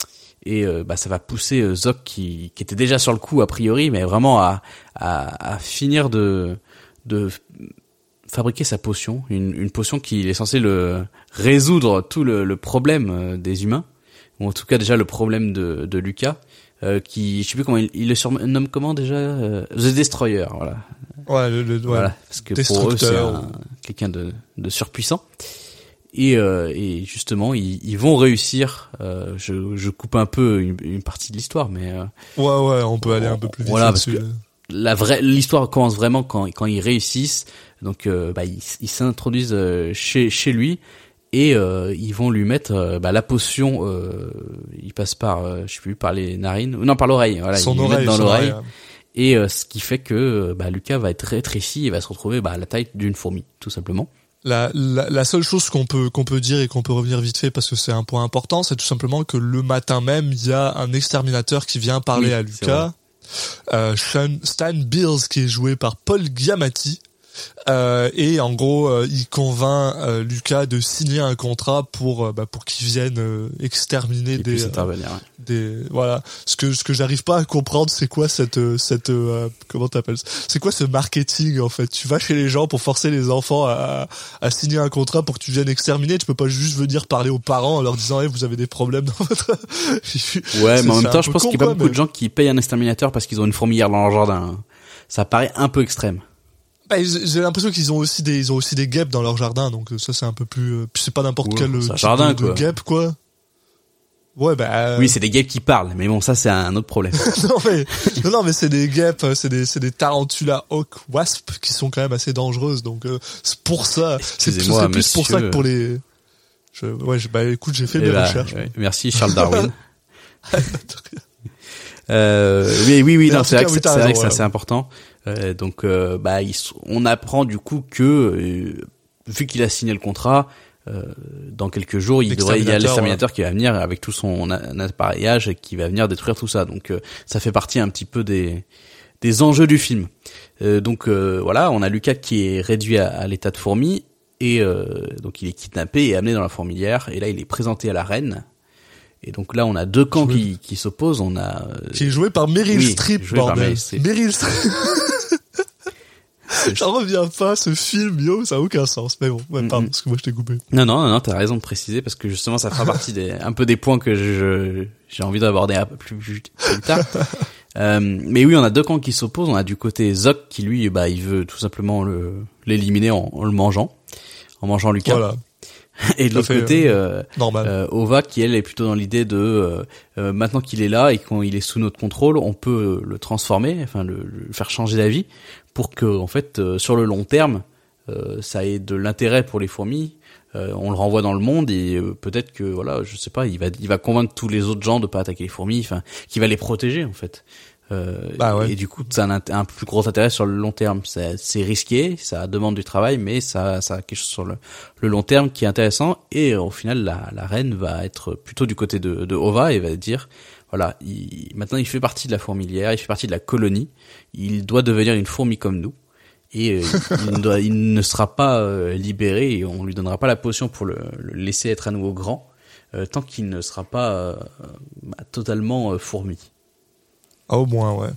et euh, bah ça va pousser euh, Zoc qui qui était déjà sur le coup a priori, mais vraiment à à, à finir de de fabriquer sa potion, une une potion qui est censée le résoudre tout le, le problème des humains. Ou en tout cas déjà le problème de, de Lucas, euh, qui je sais plus comment il, il le surnomme comment déjà, euh, The Destroyer, voilà. Ouais, le, le ouais, voilà, parce que pour eux c'est un, quelqu'un de, de surpuissant. Et, euh, et justement ils, ils vont réussir. Euh, je, je coupe un peu une, une partie de l'histoire, mais euh, ouais ouais, on peut aller un peu plus vite. Voilà, parce que la vraie l'histoire commence vraiment quand quand ils réussissent. Donc euh, bah ils, ils s'introduisent chez chez lui. Et euh, ils vont lui mettre euh, bah, la potion. Euh, il passe par, euh, je sais plus, par les narines, non, par l'oreille. Voilà, son ils lui oreille, mettent dans l'oreille. Oreille. Et euh, ce qui fait que bah, Lucas va être rétréci et va se retrouver bah, à la taille d'une fourmi, tout simplement. La, la, la seule chose qu'on peut qu'on peut dire et qu'on peut revenir vite fait parce que c'est un point important, c'est tout simplement que le matin même, il y a un exterminateur qui vient parler oui, à Lucas. Euh, Sean, Stan Beers, qui est joué par Paul Giamatti. Euh, et en gros, euh, il convainc euh, Lucas de signer un contrat pour euh, bah, pour qu'il vienne euh, exterminer qu'il des, euh, ouais. des voilà. Ce que ce que j'arrive pas à comprendre, c'est quoi cette cette euh, comment t'appelles ça c'est quoi ce marketing en fait. Tu vas chez les gens pour forcer les enfants à à signer un contrat pour que tu viennes exterminer. Tu peux pas juste venir parler aux parents en leur disant hey, vous avez des problèmes dans votre. Ouais, mais en même temps, je pense con, qu'il y a pas quoi, beaucoup mais... de gens qui payent un exterminateur parce qu'ils ont une fourmilière dans leur jardin. Ça paraît un peu extrême. Bah, j'ai l'impression qu'ils ont aussi des ils ont aussi des guêpes dans leur jardin, donc ça c'est un peu plus euh, c'est pas n'importe ouais, quel type jardin, de, de guêpe quoi. Ouais bah euh... oui, c'est des guêpes qui parlent, mais bon ça c'est un autre problème. non mais non, non mais c'est des guêpes, c'est des c'est des Tarantula hawk wasp qui sont quand même assez dangereuses, donc euh, c'est pour ça, c'est plus, c'est plus pour ça que pour les je, ouais, je, bah écoute, j'ai fait mes bah, recherches. Ouais. Merci Charles Darwin. euh oui oui oui, non, c'est vrai, que, c'est, c'est vrai que c'est assez important. Euh, donc euh, bah il, on apprend du coup que euh, vu qu'il a signé le contrat, euh, dans quelques jours il devrait il y a l'exterminateur ouais. qui va venir avec tout son appareillage et qui va venir détruire tout ça. Donc euh, ça fait partie un petit peu des des enjeux du film. Euh, donc euh, voilà, on a Lucas qui est réduit à, à l'état de fourmi et euh, donc il est kidnappé et amené dans la fourmilière, et là il est présenté à la reine. Et donc là, on a deux camps qui, qui s'opposent. On a qui est joué par Meryl oui, Streep. Joué par Meryl Streep. Meryl Streep. J'en reviens pas, ce film, yo, ça a aucun sens. Mais bon, ouais, pardon, parce que moi je t'ai coupé. Non, non, non, non, t'as raison de préciser parce que justement ça fera partie des, un peu des points que je, j'ai envie d'aborder un peu plus, plus, plus tard. euh, mais oui, on a deux camps qui s'opposent. On a du côté Zoc qui lui, bah, il veut tout simplement le, l'éliminer en, en le mangeant, en mangeant Lucas. Voilà. Et de l'autre fait, côté, euh, euh, normal. Euh, Ova qui elle est plutôt dans l'idée de euh, euh, maintenant qu'il est là et qu'il est sous notre contrôle, on peut le transformer, enfin le, le faire changer d'avis pour que en fait euh, sur le long terme euh, ça ait de l'intérêt pour les fourmis. Euh, on le renvoie dans le monde et euh, peut-être que voilà, je sais pas, il va il va convaincre tous les autres gens de pas attaquer les fourmis, enfin qu'il va les protéger en fait. Euh, bah ouais. Et du coup, ça a un, un plus gros intérêt sur le long terme. C'est, c'est risqué, ça demande du travail, mais ça, ça a quelque chose sur le, le long terme qui est intéressant. Et au final, la, la reine va être plutôt du côté de, de Ova et va dire, voilà, il, maintenant il fait partie de la fourmilière, il fait partie de la colonie, il doit devenir une fourmi comme nous. Et euh, il, ne doit, il ne sera pas euh, libéré et on lui donnera pas la potion pour le, le laisser être à nouveau grand euh, tant qu'il ne sera pas euh, bah, totalement euh, fourmi. Ah, au moins, ouais.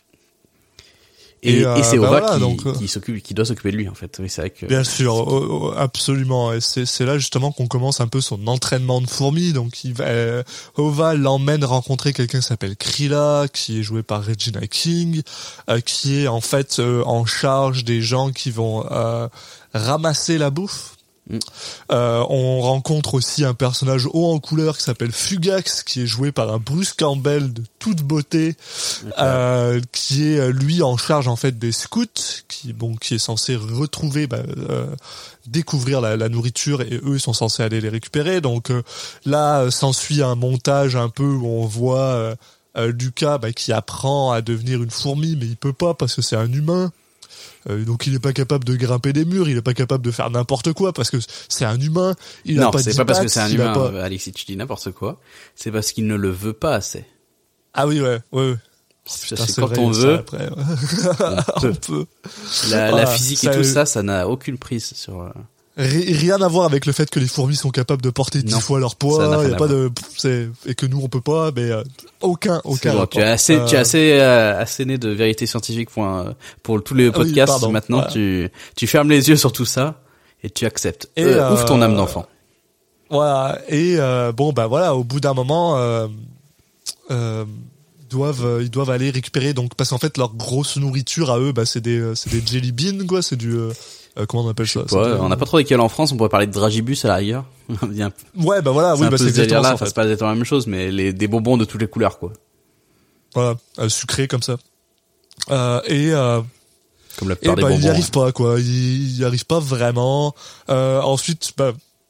Et, et, euh, et c'est bah Ova voilà, qui, donc, euh, qui s'occupe, qui doit s'occuper de lui en fait. Oui, c'est vrai que. Bien sûr, oh, oh, absolument. Et c'est, c'est là justement qu'on commence un peu son entraînement de fourmi. Donc, il va, euh, Ova l'emmène rencontrer quelqu'un qui s'appelle Krilla, qui est joué par Regina King, euh, qui est en fait euh, en charge des gens qui vont euh, ramasser la bouffe. Mm. Euh, on rencontre aussi un personnage haut en couleur qui s'appelle Fugax, qui est joué par un Bruce Campbell de toute beauté, okay. euh, qui est lui en charge en fait des scouts, qui bon qui est censé retrouver, bah, euh, découvrir la, la nourriture et eux ils sont censés aller les récupérer. Donc euh, là euh, s'ensuit un montage un peu où on voit euh, euh, Lucas bah, qui apprend à devenir une fourmi, mais il peut pas parce que c'est un humain. Euh, donc il est pas capable de grimper des murs, il est pas capable de faire n'importe quoi parce que c'est un humain. Il non, a pas c'est dix pas parce pattes, que c'est un il humain, a pas... Alexis, tu dis n'importe quoi. C'est parce qu'il ne le veut pas assez. Ah oui, ouais, ouais. ouais. Putain, parce que quand vrai, on veut, après, ouais. on, peut. on peut. La, voilà, la physique ça, et tout ça, ça n'a aucune prise sur. Euh... Rien à voir avec le fait que les fourmis sont capables de porter dix fois leur poids, y a pas de, c'est, et que nous on peut pas, mais euh, aucun, aucun. Bon, tu es assez, euh... tu es assez, euh, assez né de vérité scientifique pour, euh, pour tous les podcasts. Oui, pardon, maintenant, voilà. tu, tu fermes les yeux sur tout ça et tu acceptes. Et euh, euh, ouvre ton âme d'enfant. Voilà. Et euh, bon, bah voilà, au bout d'un moment, euh, euh, doivent, ils doivent aller récupérer donc parce qu'en fait leur grosse nourriture à eux, bah c'est des, c'est des jelly beans quoi, c'est du euh, Euh, comment on appelle ça, pas, on n'a pas trop d'équal en France, on pourrait parler de dragibus à la rigueur. Ouais, bah voilà, oui, bah c'est exactement ça. En fait. C'est pas exactement la même chose, mais les, des bonbons de toutes les couleurs, quoi. Voilà, euh, sucré comme ça. Euh, et, euh, comme la plupart et des bah, bonbons. Il n'y arrive ouais. pas, quoi. Il n'y arrive pas vraiment. Euh, ensuite, bah,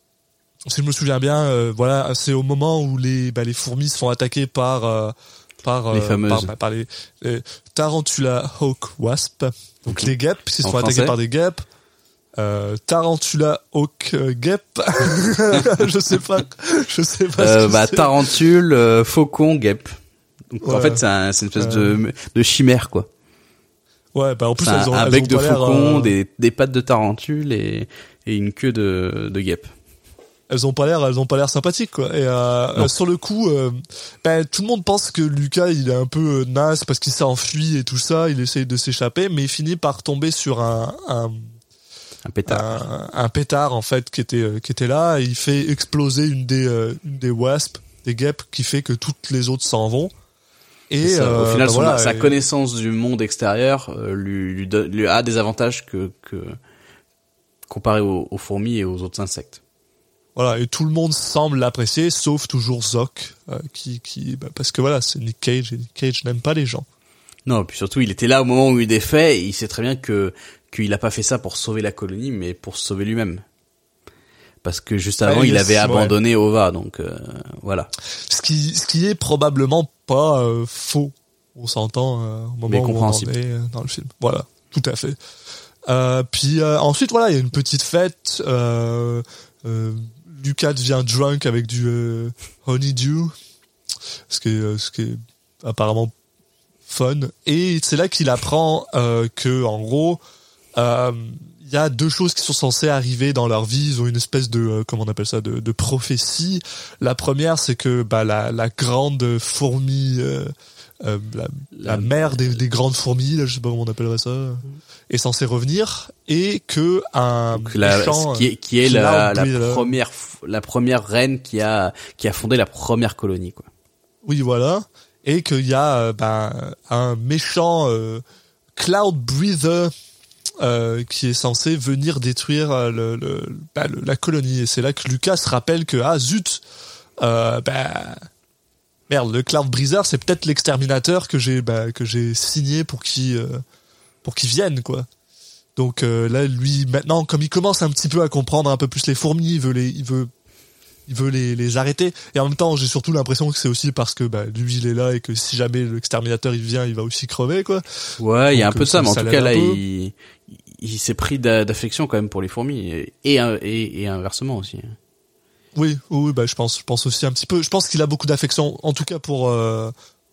si je me souviens bien, euh, voilà, c'est au moment où les, bah, les fourmis se font attaquer par, euh, par, les euh, fameuses. par, bah, par les, les Tarantula Hawk Wasp. Donc mmh. les guêpes, qui se font attaquer par des guêpes. Euh, Tarantula Hawk euh, Guêpe. je sais pas, je sais pas. Euh, ce que bah c'est. Tarentule, euh, faucon, guêpe. Donc ouais. En fait c'est, un, c'est une espèce euh... de, de chimère quoi. Ouais, bah en plus c'est elles ont un elles bec ont de faucon, euh... des, des pattes de tarentule et, et une queue de, de guêpe. Elles ont pas l'air, elles ont pas l'air sympathiques quoi. Et euh, euh, sur le coup, euh, ben tout le monde pense que Lucas il est un peu naze parce qu'il s'est enfui et tout ça, il essaye de s'échapper, mais il finit par tomber sur un, un Un pétard. Un, un pétard en fait qui était qui était là et il fait exploser une des euh, une des wasps, des guêpes, qui fait que toutes les autres s'en vont. Et ça, euh, au final, bah son, voilà, sa et... connaissance du monde extérieur euh, lui, lui, donne, lui a des avantages que que comparé aux, aux fourmis et aux autres insectes. Voilà, et tout le monde semble l'apprécier, sauf toujours Zoc, euh, qui qui bah, parce que voilà, c'est Nick Cage et Nick Cage n'aime pas les gens. Non, puis surtout, il était là au moment où il y a eu des faits, et il sait très bien que qu'il a pas fait ça pour sauver la colonie, mais pour se sauver lui-même. Parce que juste avant, ah, il avait ouais. abandonné Ova, donc euh, voilà. Ce qui, ce qui est probablement pas euh, faux, on s'entend euh, au moment où on en est euh, dans le film. Voilà, tout à fait. Euh, puis euh, ensuite, voilà, il y a une petite fête. Euh, euh, Lucas devient drunk avec du euh, honeydew, ce qui est, euh, ce qui est apparemment fun. Et c'est là qu'il apprend euh, que, en gros, il euh, y a deux choses qui sont censées arriver dans leur vie. Ils ont une espèce de, euh, comment on appelle ça, de, de prophétie. La première, c'est que bah, la, la grande fourmi euh, euh, la, la mère des, des grandes fourmis, là, je sais pas comment on appellerait ça, est censée revenir et que un Donc, la, méchant, qui est, qui est la, la première la première reine qui a qui a fondé la première colonie, quoi. Oui, voilà, et qu'il y a euh, ben un méchant euh, Cloud Breather euh, qui est censé venir détruire euh, le, le, ben, le la colonie. Et c'est là que Lucas se rappelle que ah zut, euh, ben merde, le Cloud Breather, c'est peut-être l'exterminateur que j'ai ben, que j'ai signé pour qu'il euh, pour qu'il vienne, quoi. Donc euh, là, lui, maintenant, comme il commence un petit peu à comprendre un peu plus les fourmis, il veut les, il veut, il veut les, les arrêter. Et en même temps, j'ai surtout l'impression que c'est aussi parce que bah, lui, il est là et que si jamais l'exterminateur il vient, il va aussi crever, quoi. Ouais, il y a un peu de ça, mais en ça tout cas là, peu. il, il s'est pris d'affection quand même pour les fourmis et, et, et, et inversement aussi. Oui, oui, bah je pense, je pense aussi un petit peu. Je pense qu'il a beaucoup d'affection, en tout cas pour euh,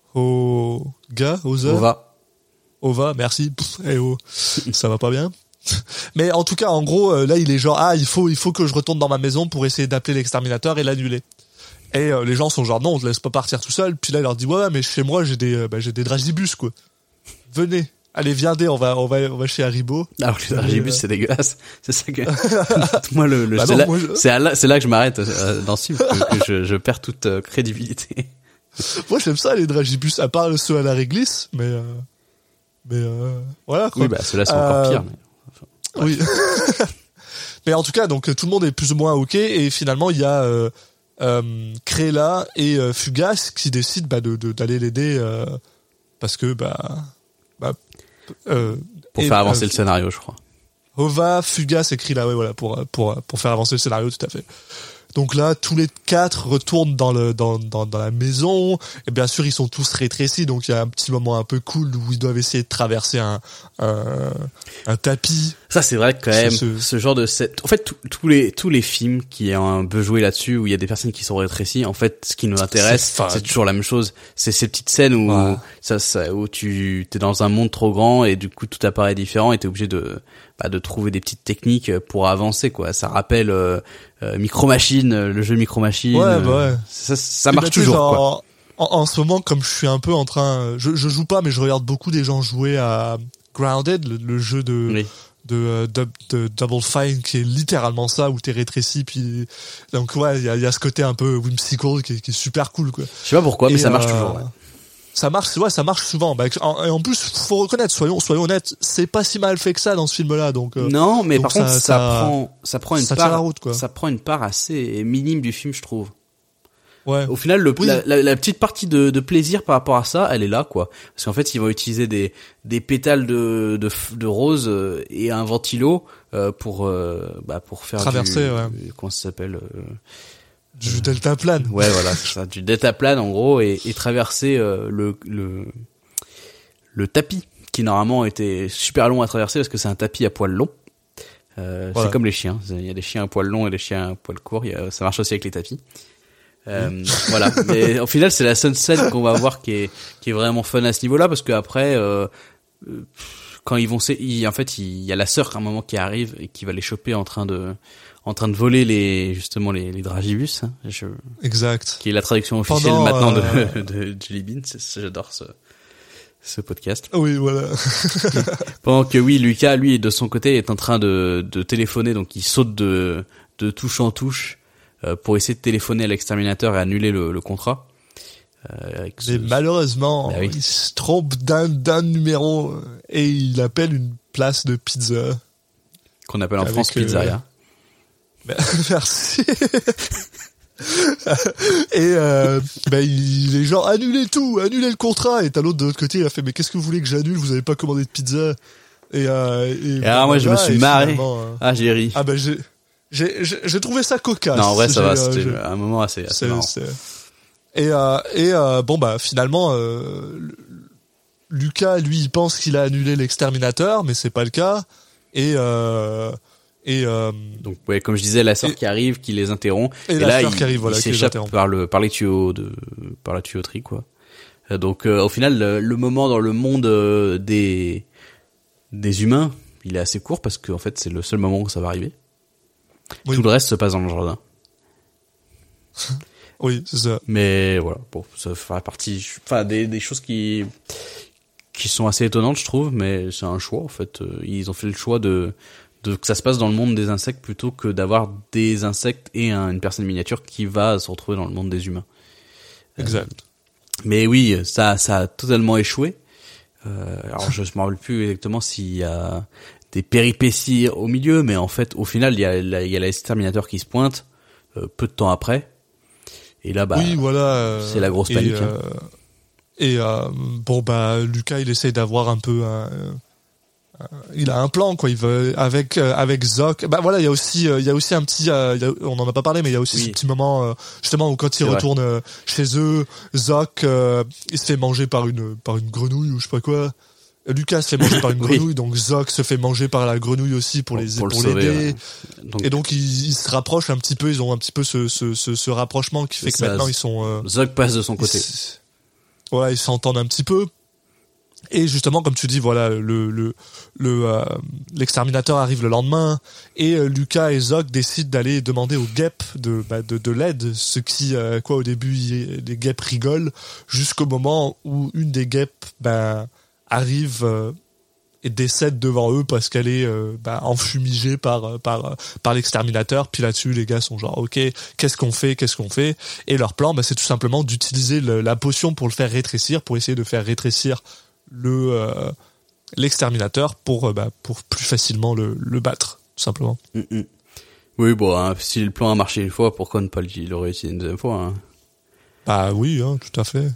au gars, aux heures. Ova. Ova, merci. Pff, eh oh, ça va pas bien. Mais en tout cas, en gros, euh, là, il est genre ah, il faut, il faut que je retourne dans ma maison pour essayer d'appeler l'exterminateur et l'annuler. Et euh, les gens sont genre non, on te laisse pas partir tout seul. Puis là, il leur dit ouais, mais chez moi, j'ai des, euh, bah, j'ai des dragibus, quoi. Venez, allez, viendez, on va, on va, on va chez Haribo. Alors les dragibus, euh... c'est dégueulasse. C'est ça que moi le, le bah c'est, non, là, moi, je... c'est là, c'est là que je m'arrête euh, dans ce film, que, que je, je perds toute euh, crédibilité. Moi, j'aime ça les dragibus, à part ceux à la réglisse, mais. Euh... Mais euh, voilà, quoi. Oui, bah ceux-là sont encore euh, pires. Mais... Enfin, oui. Mais en tout cas, donc tout le monde est plus ou moins ok et finalement il y a euh, euh, Créla et euh, Fugace qui décident bah, de, de d'aller l'aider euh, parce que bah, bah euh, pour et, faire avancer euh, le scénario, je crois. Ova, Fugace et Créla, ouais voilà pour pour pour faire avancer le scénario, tout à fait. Donc là, tous les quatre retournent dans le dans dans dans la maison et bien sûr ils sont tous rétrécis, donc il y a un petit moment un peu cool où ils doivent essayer de traverser un un, un tapis. Ça c'est vrai que quand même ce, ce genre de set... en fait tous les tous les films qui ont un peu joué là-dessus où il y a des personnes qui sont rétrécies, en fait ce qui nous intéresse c'est, c'est toujours la même chose, c'est ces petites scènes où ouais. ça, ça où tu t'es dans un monde trop grand et du coup tout apparaît différent et t'es obligé de bah, de trouver des petites techniques pour avancer, quoi. Ça rappelle euh, euh, Micro Machine, le jeu Micro Machine. Ouais, bah ouais. Ça, ça marche toujours, genre, quoi. En, en ce moment, comme je suis un peu en train, je, je joue pas, mais je regarde beaucoup des gens jouer à Grounded, le, le jeu de, oui. de, de, de Double Fine, qui est littéralement ça, où t'es rétréci, puis donc ouais, il y a, y a ce côté un peu whimsical qui est, qui est super cool, quoi. Je sais pas pourquoi, mais et ça marche euh, toujours. Ouais. Ça marche, ouais, ça marche souvent. Bah, en, et en plus, faut reconnaître, soyons, soyons honnêtes, c'est pas si mal fait que ça dans ce film-là, donc. Euh, non, mais donc par ça, contre, ça, ça prend, ça prend une ça part, la route, quoi. Ça prend une part assez minime du film, je trouve. Ouais. Au final, le, oui. la, la, la petite partie de, de plaisir par rapport à ça, elle est là, quoi. Parce qu'en fait, ils vont utiliser des, des pétales de, de, de rose et un ventilo euh, pour, euh, bah, pour faire traverser, du, ouais. comment ça s'appelle. Euh, Du deltaplane. Ouais, voilà, c'est ça, du deltaplane en gros, et, et traverser euh, le, le le tapis qui normalement était super long à traverser parce que c'est un tapis à poils longs. Euh, voilà. C'est comme les chiens, il y a des chiens à poils longs et des chiens à poils courts. Il y a, ça marche aussi avec les tapis. Euh, mmh. Voilà. Mais au final, c'est la seule scène qu'on va voir qui est qui est vraiment fun à ce niveau-là parce que après, euh, quand ils vont, il, en fait, il y a la sœur à un moment qui arrive et qui va les choper en train de en train de voler les justement les, les dragibus, hein, je, exact, qui est la traduction officielle Pendant, maintenant euh... de, de Jelly Bean. C'est, j'adore ce ce podcast. Oui, voilà. Pendant que oui, Lucas, lui, de son côté, est en train de de téléphoner, donc il saute de de touche en touche euh, pour essayer de téléphoner à l'exterminateur et annuler le, le contrat. Euh, avec Mais ce... malheureusement, bah oui. il se trompe d'un d'un numéro et il appelle une place de pizza qu'on appelle en France pizzeria. Euh... Merci. Et euh, ben il est genre annulez tout, annulez le contrat. Et t'as l'autre de l'autre côté, il a fait mais qu'est-ce que vous voulez que j'annule? Vous avez pas commandé de pizza. Et, euh, et, et alors moi je me suis marré. Euh, ah j'ai ri. Ah ben j'ai j'ai j'ai trouvé ça cocasse. Non en vrai ça j'ai, va, c'était euh, un moment assez, assez c'est, marrant. C'est... Et euh, et euh, bon bah finalement euh, Lucas lui il pense qu'il a annulé l'exterminateur, mais c'est pas le cas. Et euh, Et euh, donc ouais, comme je disais, la sœur qui arrive, qui les interrompt, et, et la là sœur il, qui arrive, voilà, il s'échappe par le par les tuyaux de par la tuyauterie quoi. Donc euh, au final, le, le moment dans le monde euh, des des humains, il est assez court parce que en fait c'est le seul moment où ça va arriver. Oui. Tout le reste se passe dans le jardin. Oui, c'est ça. Mais voilà, bon, ça fera partie, enfin, des, des choses qui, qui sont assez étonnantes, je trouve, mais c'est un choix, en fait. Ils ont fait le choix de, de que ça se passe dans le monde des insectes plutôt que d'avoir des insectes et un, une personne miniature qui va se retrouver dans le monde des humains. Exact. Euh, mais oui, ça, ça a totalement échoué. Euh, alors je me rappelle plus exactement s'il y a des péripéties au milieu, mais en fait, au final, il y a, il y a l'exterminateur qui se pointe euh, peu de temps après. Et là, bah, oui, voilà. Euh, c'est la grosse et, panique. Euh, et euh, bon, bah, Lucas, il essaie d'avoir un peu un, un, il a un plan, quoi. Il veut avec euh, avec Zoc. Bah voilà, il y a aussi euh, il y a aussi un petit, euh, y a, on en a pas parlé, mais il y a aussi oui. ce petit moment euh, justement où quand il c'est retourne euh, chez eux, Zoc, euh, il se fait manger par une par une grenouille ou je sais pas quoi. Lucas se fait manger par une grenouille, oui. Donc Zoc se fait manger par la grenouille aussi pour, pour les pour, pour l'aider. Ouais. Donc, et donc ils, ils se rapprochent un petit peu, ils ont un petit peu ce ce ce, ce rapprochement qui fait que ça, maintenant ils sont. Euh, Zoc passe de son côté. Ils, voilà, ils s'entendent un petit peu. Et justement, comme tu dis, voilà, le le le euh, l'exterminateur arrive le lendemain et euh, Lucas et Zoc décident d'aller demander aux guêpes de bah, de, de l'aide, ce qui euh, quoi au début il, les guêpes rigolent jusqu'au moment où une des guêpes ben arrive euh, et décède devant eux parce qu'elle est euh, bah, enfumigée par par par l'exterminateur. Puis là-dessus, les gars sont genre ok, qu'est-ce qu'on fait, qu'est-ce qu'on fait Et leur plan, bah, c'est tout simplement d'utiliser le, la potion pour le faire rétrécir, pour essayer de faire rétrécir le euh, l'exterminateur pour euh, bah, pour plus facilement le le battre, tout simplement. Mm-mm. Oui, bon, hein, si le plan a marché une fois, pourquoi ne pas le réussir une deuxième fois hein Bah oui, hein, tout à fait.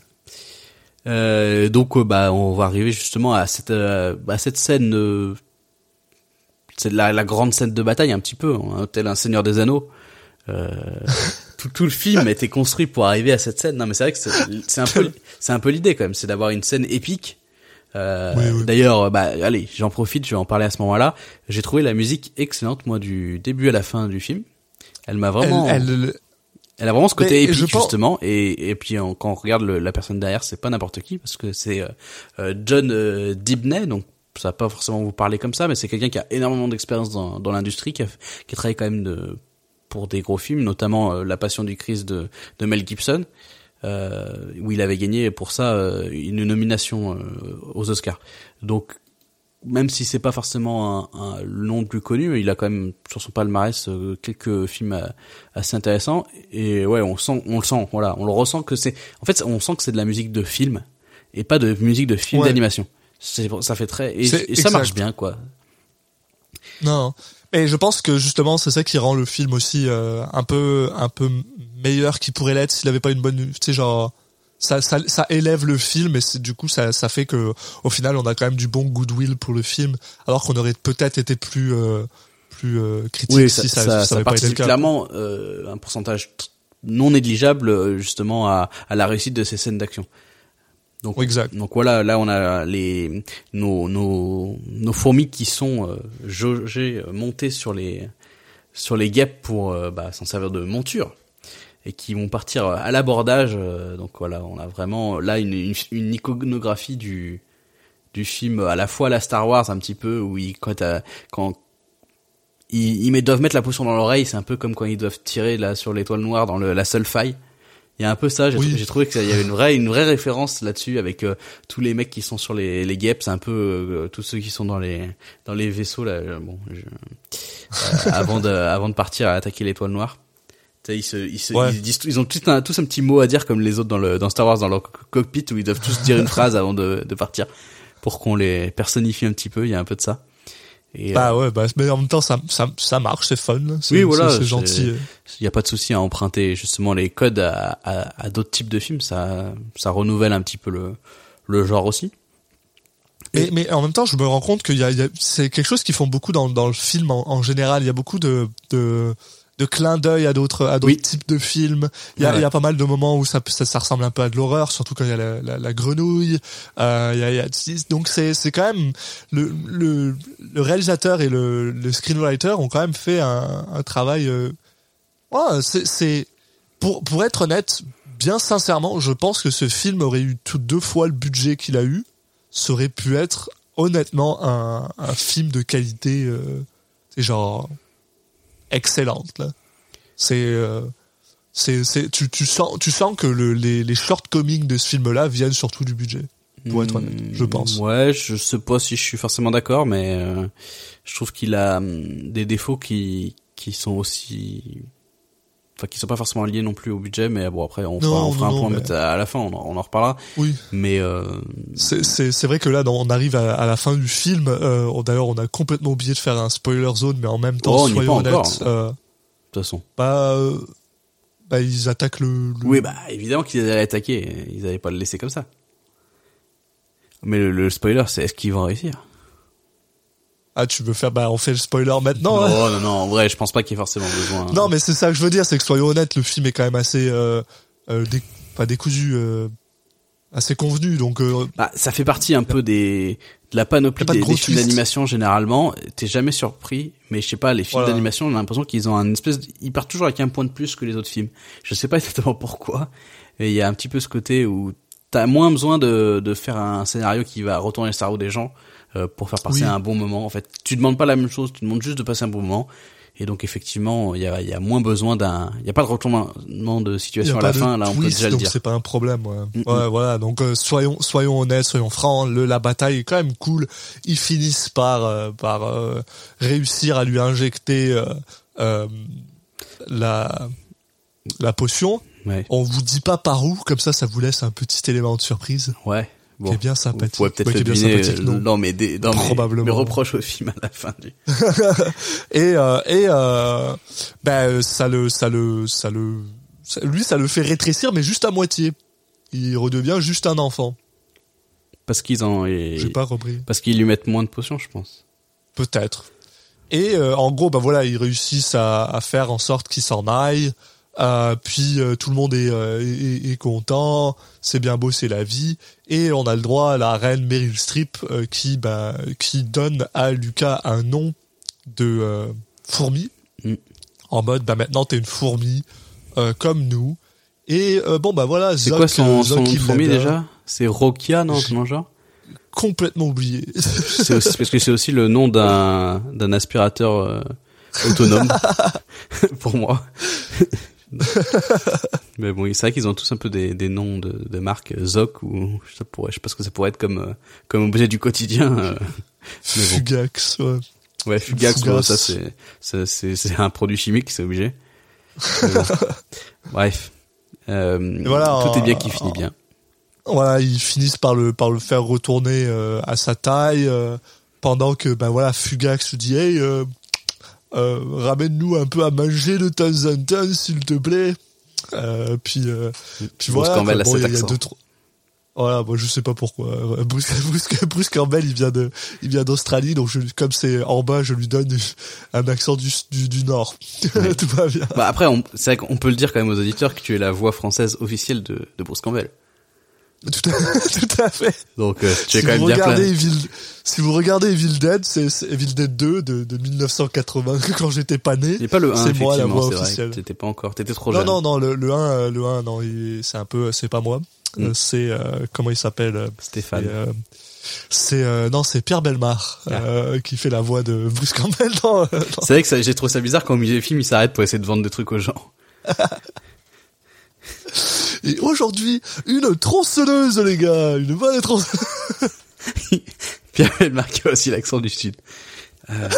Euh, donc bah on va arriver justement à cette euh, à cette scène euh, c'est la la grande scène de bataille un petit peu hein, tel un Seigneur des Anneaux. Euh, tout tout le film a été construit pour arriver à cette scène. Non mais c'est vrai que c'est, c'est un peu c'est un peu l'idée quand même, c'est d'avoir une scène épique. Euh, oui, oui. D'ailleurs, bah allez, j'en profite, je vais en parler à ce moment-là. J'ai trouvé la musique excellente moi du début à la fin du film. Elle m'a vraiment elle, elle... Elle a vraiment ce côté mais, épique pense... justement, et et puis on, quand on regarde le, la personne derrière, c'est pas n'importe qui parce que c'est euh, John euh, Dibney, donc ça va pas forcément vous parler comme ça, mais c'est quelqu'un qui a énormément d'expérience dans, dans l'industrie, qui a, qui a travaillé quand même de, pour des gros films, notamment euh, La Passion du Christ de, de Mel Gibson, euh, où il avait gagné pour ça euh, une nomination euh, aux Oscars. Donc même si c'est pas forcément un, un, le nom le plus connu, il a quand même sur son palmarès euh, quelques films euh, assez intéressants. Et ouais, on sent, on le sent, voilà, on le ressent que c'est. En fait, on sent que c'est de la musique de film et pas de musique de film ouais. d'animation. C'est, ça fait très et, et ça marche bien, quoi. Non, mais je pense que justement c'est ça qui rend le film aussi euh, un peu, un peu meilleur qu'il pourrait l'être s'il avait pas une bonne, tu sais genre. Ça, ça, ça élève le film et c'est, du coup ça, ça fait que au final on a quand même du bon goodwill pour le film, alors qu'on aurait peut-être été plus, euh, plus euh, critique oui, si ça, ça, ça, ça, ça ça pas été le cas. Clairement, euh, un pourcentage non négligeable justement à, à la réussite de ces scènes d'action. Donc, exact. Donc voilà, là on a les nos nos nos fourmis qui sont euh, jaugées, montées sur les sur les guêpes pour euh, bah, s'en servir de monture. Et qui vont partir à l'abordage. Donc voilà, on a vraiment là une, une, une iconographie du du film à la fois la Star Wars un petit peu où ils quand quand ils, ils doivent mettre la potion dans l'oreille, c'est un peu comme quand ils doivent tirer là sur l'étoile noire dans le, la seule faille. Il y a un peu ça. J'ai, oui. j'ai trouvé que ça, il y avait une vraie une vraie référence là-dessus avec euh, tous les mecs qui sont sur les les guêpes, c'est un peu euh, tous ceux qui sont dans les dans les vaisseaux là. Bon, je, euh, avant de avant de partir à attaquer l'étoile noire. Ils, se, ils, se, ouais. ils, disent, ils ont tous un, tous un petit mot à dire comme les autres dans, le, dans Star Wars, dans leur cockpit, où ils doivent tous dire une phrase avant de, de partir pour qu'on les personnifie un petit peu. Il y a un peu de ça. Et, bah euh, ouais, bah, mais en même temps, ça, ça, ça marche, c'est fun. C'est, oui, voilà, c'est, c'est gentil. Il y a pas de souci à emprunter justement les codes à, à, à d'autres types de films. Ça, ça renouvelle un petit peu le, le genre aussi. Mais, mais en même temps, je me rends compte qu'il y a, il y a c'est quelque chose qu'ils font beaucoup dans, dans le film en, en général. Il y a beaucoup de, de de clins d'œil à d'autres à d'autres oui. types de films. Il y a ouais. il y a pas mal de moments où ça, ça ça ressemble un peu à de l'horreur, surtout quand il y a la, la, la grenouille. Euh, il y a, il y a donc c'est c'est quand même le le le réalisateur et le le screenwriter ont quand même fait un un travail. Euh, ouais, c'est c'est pour pour être honnête, bien sincèrement, je pense que ce film aurait eu tout deux fois le budget qu'il a eu. Ça aurait pu être honnêtement un un film de qualité. Euh, c'est genre excellente là. C'est euh, C'est, c'est, tu, tu sens, tu sens que le, les, les shortcomings de ce film-là viennent surtout du budget. Pour être honnête, je pense. Ouais, je sais pas si je suis forcément d'accord, mais euh, je trouve qu'il a hum, des défauts qui qui sont aussi, enfin qui sont pas forcément liés non plus au budget, mais bon après on non, fera, on fera non, un point mais... mais... à la fin, on en, on en reparlera. Oui. Mais euh... c'est c'est c'est vrai que là, on arrive à, à la fin du film. Euh, d'ailleurs, on a complètement oublié de faire un spoiler zone, mais en même temps, oh, soyons honnêtes. Encore, euh, de toute façon. Bah, euh, bah ils attaquent le, le. Oui, bah évidemment qu'ils allaient attaquer. Ils allaient pas le laisser comme ça. Mais le, le spoiler, c'est est-ce qu'ils vont réussir? Ah, tu veux faire, bah, on fait le spoiler maintenant, Non, hein. non, non, en vrai, je pense pas qu'il y ait forcément besoin. Non, mais c'est ça que je veux dire, c'est que soyons honnêtes, le film est quand même assez, euh, euh, dé... pas décousu, euh, assez convenu, donc, euh... Bah, ça fait partie un peu des, de la panoplie de des, gros des films twist. d'animation, généralement. T'es jamais surpris, mais je sais pas, les films Voilà. d'animation, on a l'impression qu'ils ont un espèce, de... ils partent toujours avec un point de plus que les autres films. Je sais pas exactement pourquoi, mais il y a un petit peu ce côté où t'as moins besoin de, de faire un scénario qui va retourner le cerveau des gens euh, pour faire passer Oui. un bon moment. En fait, tu demandes pas la même chose, tu demandes juste de passer un bon moment. Et donc effectivement, il y a, il y a moins besoin d'un, il y a pas de retournement de situation à la fin. Là, on peut twist, déjà le donc dire. c'est pas un problème. Ouais, Mm-mm. ouais voilà. Donc euh, soyons soyons honnêtes, soyons francs. Le la bataille est quand même cool. Ils finissent par euh, par euh, réussir à lui injecter euh, euh, la la potion. Ouais. On vous dit pas par où, comme ça, ça vous laisse un petit élément de surprise. Ouais. Bon. Qui est bien sympathique. Vous pouvez peut-être Ouais, qui le est bien deviner. sympathique, non. non, mais des, non, mais Probablement. mes reproches au film à la fin du. et euh, et euh, ben ça le ça le ça le ça- lui ça le fait rétrécir, mais juste à moitié. Il redevient juste un enfant. Parce qu'ils en, et... J'ai pas compris. parce qu'ils lui mettent moins de potions, je pense. Peut-être. Et euh, en gros, ben voilà, ils réussissent à, à faire en sorte qu'il s'en aille. Euh, puis euh, tout le monde est, euh, est, est content. C'est bien beau, c'est la vie. Et on a le droit à la reine Meryl Streep euh, qui, ben, qui donne à Lucas un nom de euh, fourmi. Mm. En mode, bah maintenant t'es une fourmi euh, comme nous. Et euh, bon bah voilà. C'est Zoc, quoi son, euh, Zoc, son il fourmi l'aime, déjà? C'est Rokia, non, J'ai- comment genre? Complètement oublié. C'est aussi, parce que c'est aussi le nom d'un, d'un aspirateur euh, autonome. Pour moi. Mais bon, c'est vrai qu'ils ont tous un peu des, des noms de, de marques, Zoc ou ça pourrait, je pense que ça pourrait être comme, euh, comme objet du quotidien. euh. Mais bon. Fugax, ouais. Ouais, Fugax, Fugax. ouais, ça c'est, ça, c'est, c'est un produit chimique, c'est obligé. Mais bon. Bref. Euh, voilà, tout est bien euh, qui finit bien. Voilà, ils finissent par le par le faire retourner euh, à sa taille euh, pendant que ben voilà Fugax dit hey euh, euh, ramène-nous un peu à manger de temps en temps s'il te plaît. Euh, puis euh, puis Bruce voilà. Campbell quoi. a Bon, cet il y a- il y a accent. deux trois. Voilà, moi je sais pas pourquoi. Bruce, Bruce, Bruce Campbell, il vient de, il vient d'Australie, donc je, comme c'est en bas, je lui donne un accent du du, du nord. Ouais. Tout va bien. Bah après, on, c'est vrai qu'on peut le dire quand même aux auditeurs que tu es la voix française officielle de, de Bruce Campbell. Tout à, tout à fait. Donc euh, tu es Si quand même vous bien regardez plein. Evil, si vous regardez Evil Dead, c'est, c'est Evil Dead deux de, de mille neuf cent quatre-vingts, quand j'étais pas né. Et pas le un, c'est moi la effectivement, voix c'est vrai. officielle. T'étais pas encore, t'étais trop Non, jeune. non, non, le, le un, euh, le un, non, il- c'est un peu, c'est pas moi. Mm. Euh, c'est, euh, comment il s'appelle? euh, Stéphane. C'est, euh, c'est euh, non, c'est Pierre Belmar, Ah. euh, qui fait la voix de Bruce Campbell dans, euh, dans- C'est vrai que ça, j'ai trouvé ça bizarre quand au milieu des films, il s'arrête pour essayer de vendre des trucs aux gens. Et aujourd'hui, une tronçonneuse, les gars, une bonne tronçonneuse. Pierre Belmar qui a aussi l'accent du Sud. Euh,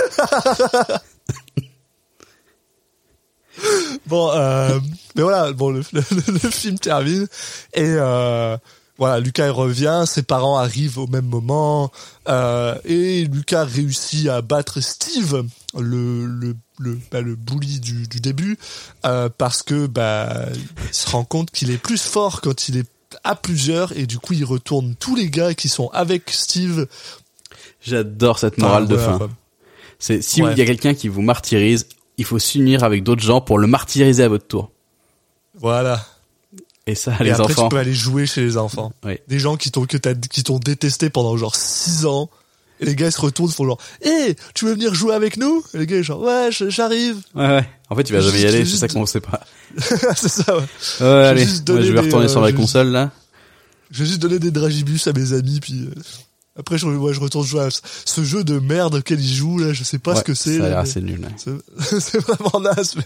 Bon, euh, mais voilà, bon, le, le, le film termine et euh, voilà, Lucas il revient, ses parents arrivent au même moment euh, et Lucas réussit à battre Steve, le le le bah, le bully du, du début, euh, parce que bah il se rend compte qu'il est plus fort quand il est à plusieurs et du coup il retourne tous les gars qui sont avec Steve. J'adore cette morale Ah, de voilà, fin. quoi. C'est, si Ouais. il y a quelqu'un qui vous martyrise, il faut s'unir avec d'autres gens pour le martyriser à votre tour. Voilà. Et ça, Et les après enfants. tu peux aller jouer chez les enfants. Oui. Des gens qui t'ont que t'as qui t'ont détesté pendant genre six ans. Et les gars ils se retournent, font genre hé, tu veux venir jouer avec nous? Et les gars ils genre ouais, je- j'arrive. Ouais, ouais. En fait, il va Juste- jamais y aller, c'est juste- ça qu'on sait pas. C'est ça ouais. Ouais, allez. juste Moi, donner je vais des, retourner euh, sur la je- console, là. Je vais juste donner des dragibus à mes amis puis euh, après je ouais, je retourne jouer à ce- ce jeu de merde auquel ils jouent là, je sais pas Ouais, ce que c'est. Ça a là, l'air mais assez nul, ouais. c'est, c'est vraiment naze mais bon.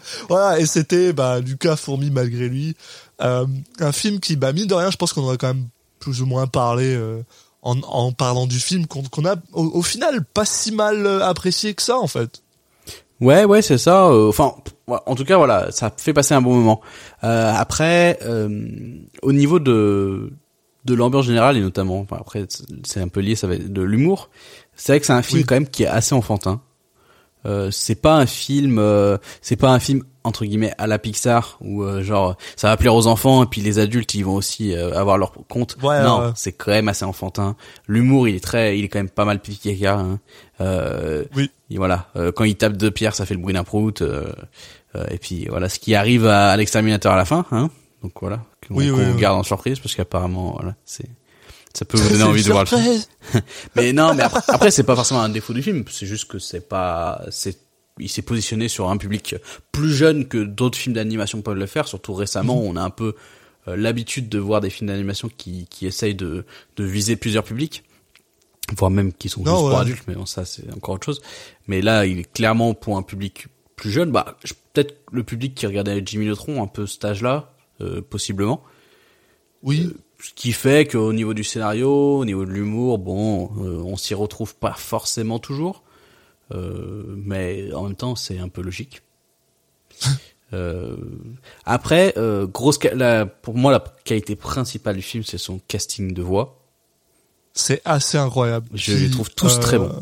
Voilà, et c'était bah Lucas Fourmi malgré lui, euh, un film qui bah mine de rien, je pense qu'on en a quand même plus ou moins parlé euh, en, en parlant du film qu'on, qu'on a au, au final pas si mal apprécié que ça en fait. Ouais, ouais, c'est ça. Euh, enfin, en tout cas, voilà, ça fait passer un bon moment. Euh, après, euh, au niveau de de l'ambiance générale et notamment, enfin, après, c'est un peu lié, ça va être de l'humour. C'est vrai que c'est un film oui. quand même qui est assez enfantin. Euh, c'est pas un film, euh, c'est pas un film entre guillemets à la Pixar où euh, genre ça va plaire aux enfants et puis les adultes ils vont aussi euh, avoir leur compte. Ouais, non, ouais. c'est quand même assez enfantin. L'humour il est très, il est quand même pas mal piqué caca. Hein. Euh, Oui. Et voilà, euh, quand il tape deux pierres, ça fait le bruit d'un prout. Euh, euh, et puis voilà, ce qui arrive à, à l'exterminateur à la fin, hein. Donc voilà, qu'on, oui, qu'on oui, oui. garde en surprise parce qu'apparemment voilà, c'est ça peut vous donner envie de voir le film. Mais non, mais après, après c'est pas forcément un défaut du film, c'est juste que c'est pas, c'est il s'est positionné sur un public plus jeune que d'autres films d'animation peuvent le faire. Surtout récemment, mmh. on a un peu euh, l'habitude de voir des films d'animation qui qui essayent de de viser plusieurs publics, voire même qui sont non, juste ouais. pour adultes. Mais bon, ça c'est encore autre chose. Mais là, il est clairement pour un public plus jeune. Bah, je, peut-être le public qui regardait Jimmy Neutron un peu cet âge-là, euh, possiblement. Oui. Euh, ce qui fait qu'au niveau du scénario, au niveau de l'humour, bon, euh, on s'y retrouve pas forcément toujours. Euh, mais en même temps c'est un peu logique. euh, après euh, grosse la, pour moi la qualité principale du film c'est son casting de voix. C'est assez incroyable. Je les trouve tous euh, très bons.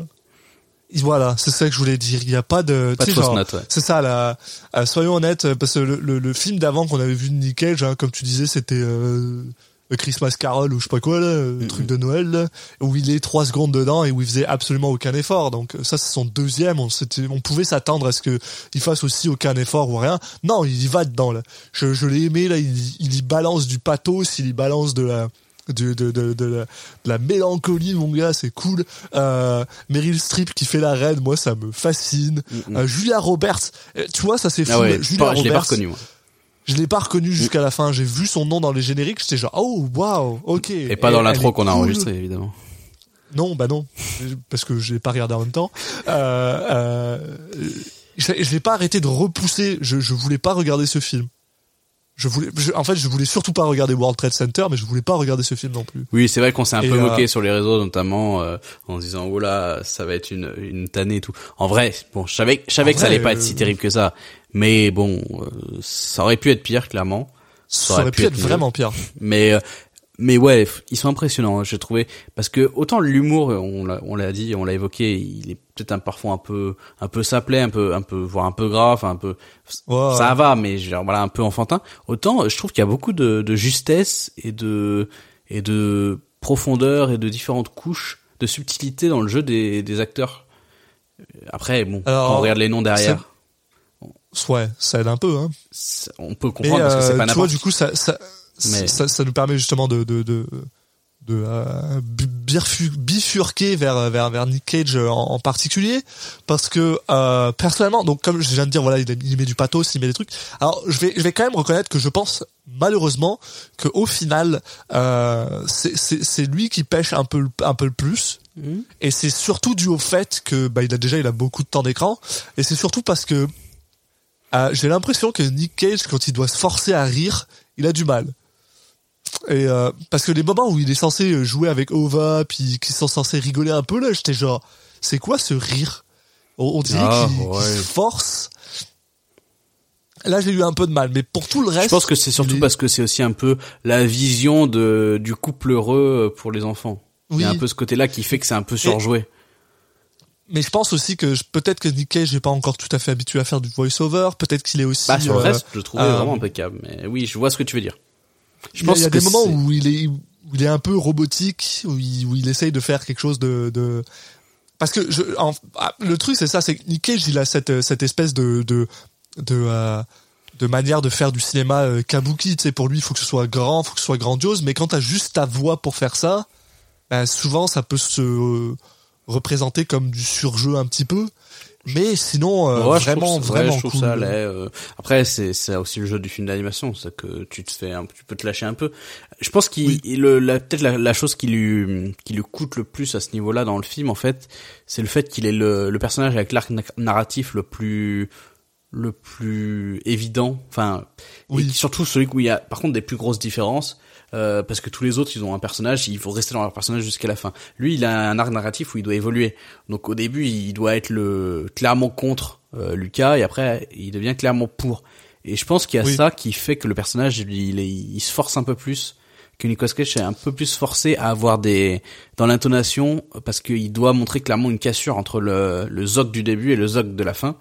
Voilà, c'est ça que je voulais dire. Il y a pas de, pas de fausse note, ouais. C'est ça là. Euh, soyons honnêtes, parce que le, le, le film d'avant qu'on avait vu de Nick Cage, hein, comme tu disais, c'était euh, Christmas Carol ou je sais pas quoi, là, le mm-hmm. truc de Noël, là, où il est trois secondes dedans et où il faisait absolument aucun effort. Donc ça, c'est son deuxième. On, c'était, on pouvait s'attendre à ce que il fasse aussi aucun effort ou rien. Non, il y va dedans là. Je, je l'ai aimé là. Il, il y balance du pathos, il y balance de la De, de, de, de, la, de la mélancolie, mon gars, c'est cool. Euh, Meryl Streep qui fait la reine, moi, ça me fascine. Mm-hmm. Euh, Julia Roberts, tu vois, ça c'est fou. Ah ouais, Julia pas, Roberts, je l'ai pas reconnu, moi. Je l'ai pas reconnu jusqu'à mm. la fin. J'ai vu son nom dans les génériques, j'étais genre, oh, waouh, ok. Et pas dans l'intro qu'on a cool. enregistré, évidemment. Non, bah non, parce que je l'ai pas regardé en même temps. Euh, euh, je, je l'ai pas arrêté de repousser. Je, je voulais pas regarder ce film. Je voulais, je, en fait, je voulais surtout pas regarder World Trade Center, mais je voulais pas regarder ce film non plus. Oui, c'est vrai qu'on s'est un et peu euh... moqué sur les réseaux, notamment euh, en disant oh là, ça va être une une tannée et tout. En vrai, bon, je savais, je savais que vrai, ça allait pas être si terrible que ça, mais bon, euh, ça aurait pu être pire, clairement. Ça, ça aurait, aurait pu, pu être, être vraiment pire. Mais euh, mais ouais, ils sont impressionnants, j'ai trouvé, parce que autant l'humour, on l'a, on l'a dit, on l'a évoqué, il est peut-être un, parfois un peu, un peu saplé, un peu, un peu, voire un peu grave, un peu, wow. ça va, mais genre voilà, un peu enfantin. Autant, je trouve qu'il y a beaucoup de, de justesse et de, et de profondeur et de différentes couches de subtilité dans le jeu des, des acteurs. Après, bon, Alors, quand on regarde les noms derrière. Ouais, ça aide un peu, hein. On peut comprendre et parce que c'est euh, pas n'importe. Tu vois, du coup, ça, ça, Mais... ça, ça nous permet justement de, de, de, de euh, bifurquer vers, vers, vers Nick Cage en, en particulier, parce que euh, personnellement, donc comme je viens de dire, voilà, il, il met du pathos, il met des trucs. Alors, je vais, je vais quand même reconnaître que je pense malheureusement que au final, euh, c'est, c'est, c'est lui qui pêche un peu, un peu le plus. Mmh. Et c'est surtout dû au fait que, bah, il a déjà, il a beaucoup de temps d'écran, et c'est surtout parce que euh, j'ai l'impression que Nick Cage, quand il doit se forcer à rire, il a du mal. Et euh, parce que les moments où il est censé jouer avec Ova, puis qu'ils sont censés rigoler un peu là, j'étais genre, c'est quoi ce rire? On, on dirait ah, qu'il, ouais. qu'il se force. Là, j'ai eu un peu de mal, mais pour tout le reste, je pense que c'est surtout est... parce que c'est aussi un peu la vision de du couple heureux pour les enfants. Oui. Il y a un peu ce côté-là qui fait que c'est un peu surjoué. Et... Mais je pense aussi que je, peut-être que Nick Cage n'est pas encore tout à fait habitué à faire du voice-over. Peut-être qu'il est aussi. Bah sur euh, le reste, je le trouvais euh, vraiment impeccable. Mais oui, je vois ce que tu veux dire. Je pense il y a, il y a des moments c'est... où il est où il est un peu robotique, où il, où il essaye de faire quelque chose de, de... parce que je, en, le truc c'est ça, c'est que Nick Cage il a cette cette espèce de de de, euh, de manière de faire du cinéma euh, kabuki. Tu sais, pour lui, il faut que ce soit grand, il faut que ce soit grandiose. Mais quand t'as juste ta voix pour faire ça, bah, souvent ça peut se euh, représenter comme du surjeu un petit peu. Mais sinon, euh, ouais, vraiment, je trouve, vraiment ouais, je trouve cool. Ça allait, euh, après, c'est, c'est aussi le jeu du film d'animation, c'est que tu te fais, un, tu peux te lâcher un peu. Je pense qu'il, oui. il, le, la, peut-être la, la chose qui lui, qui lui coûte le plus à ce niveau-là dans le film, en fait, c'est le fait qu'il est le, le personnage avec l'arc narratif le plus, le plus évident, enfin, oui. et surtout celui où il y a par contre des plus grosses différences, euh, parce que tous les autres ils ont un personnage, il faut rester dans leur personnage jusqu'à la fin. Lui, il a un arc narratif où il doit évoluer. Donc au début, il doit être le clairement contre euh, Lucas, et après il devient clairement pour. Et je pense qu'il y a oui. ça qui fait que le personnage, il, il, il se force un peu plus, que Nicolas Cage est un peu plus forcé à avoir des dans l'intonation, parce qu'il doit montrer clairement une cassure entre le, le zoc du début et le zoc de la fin.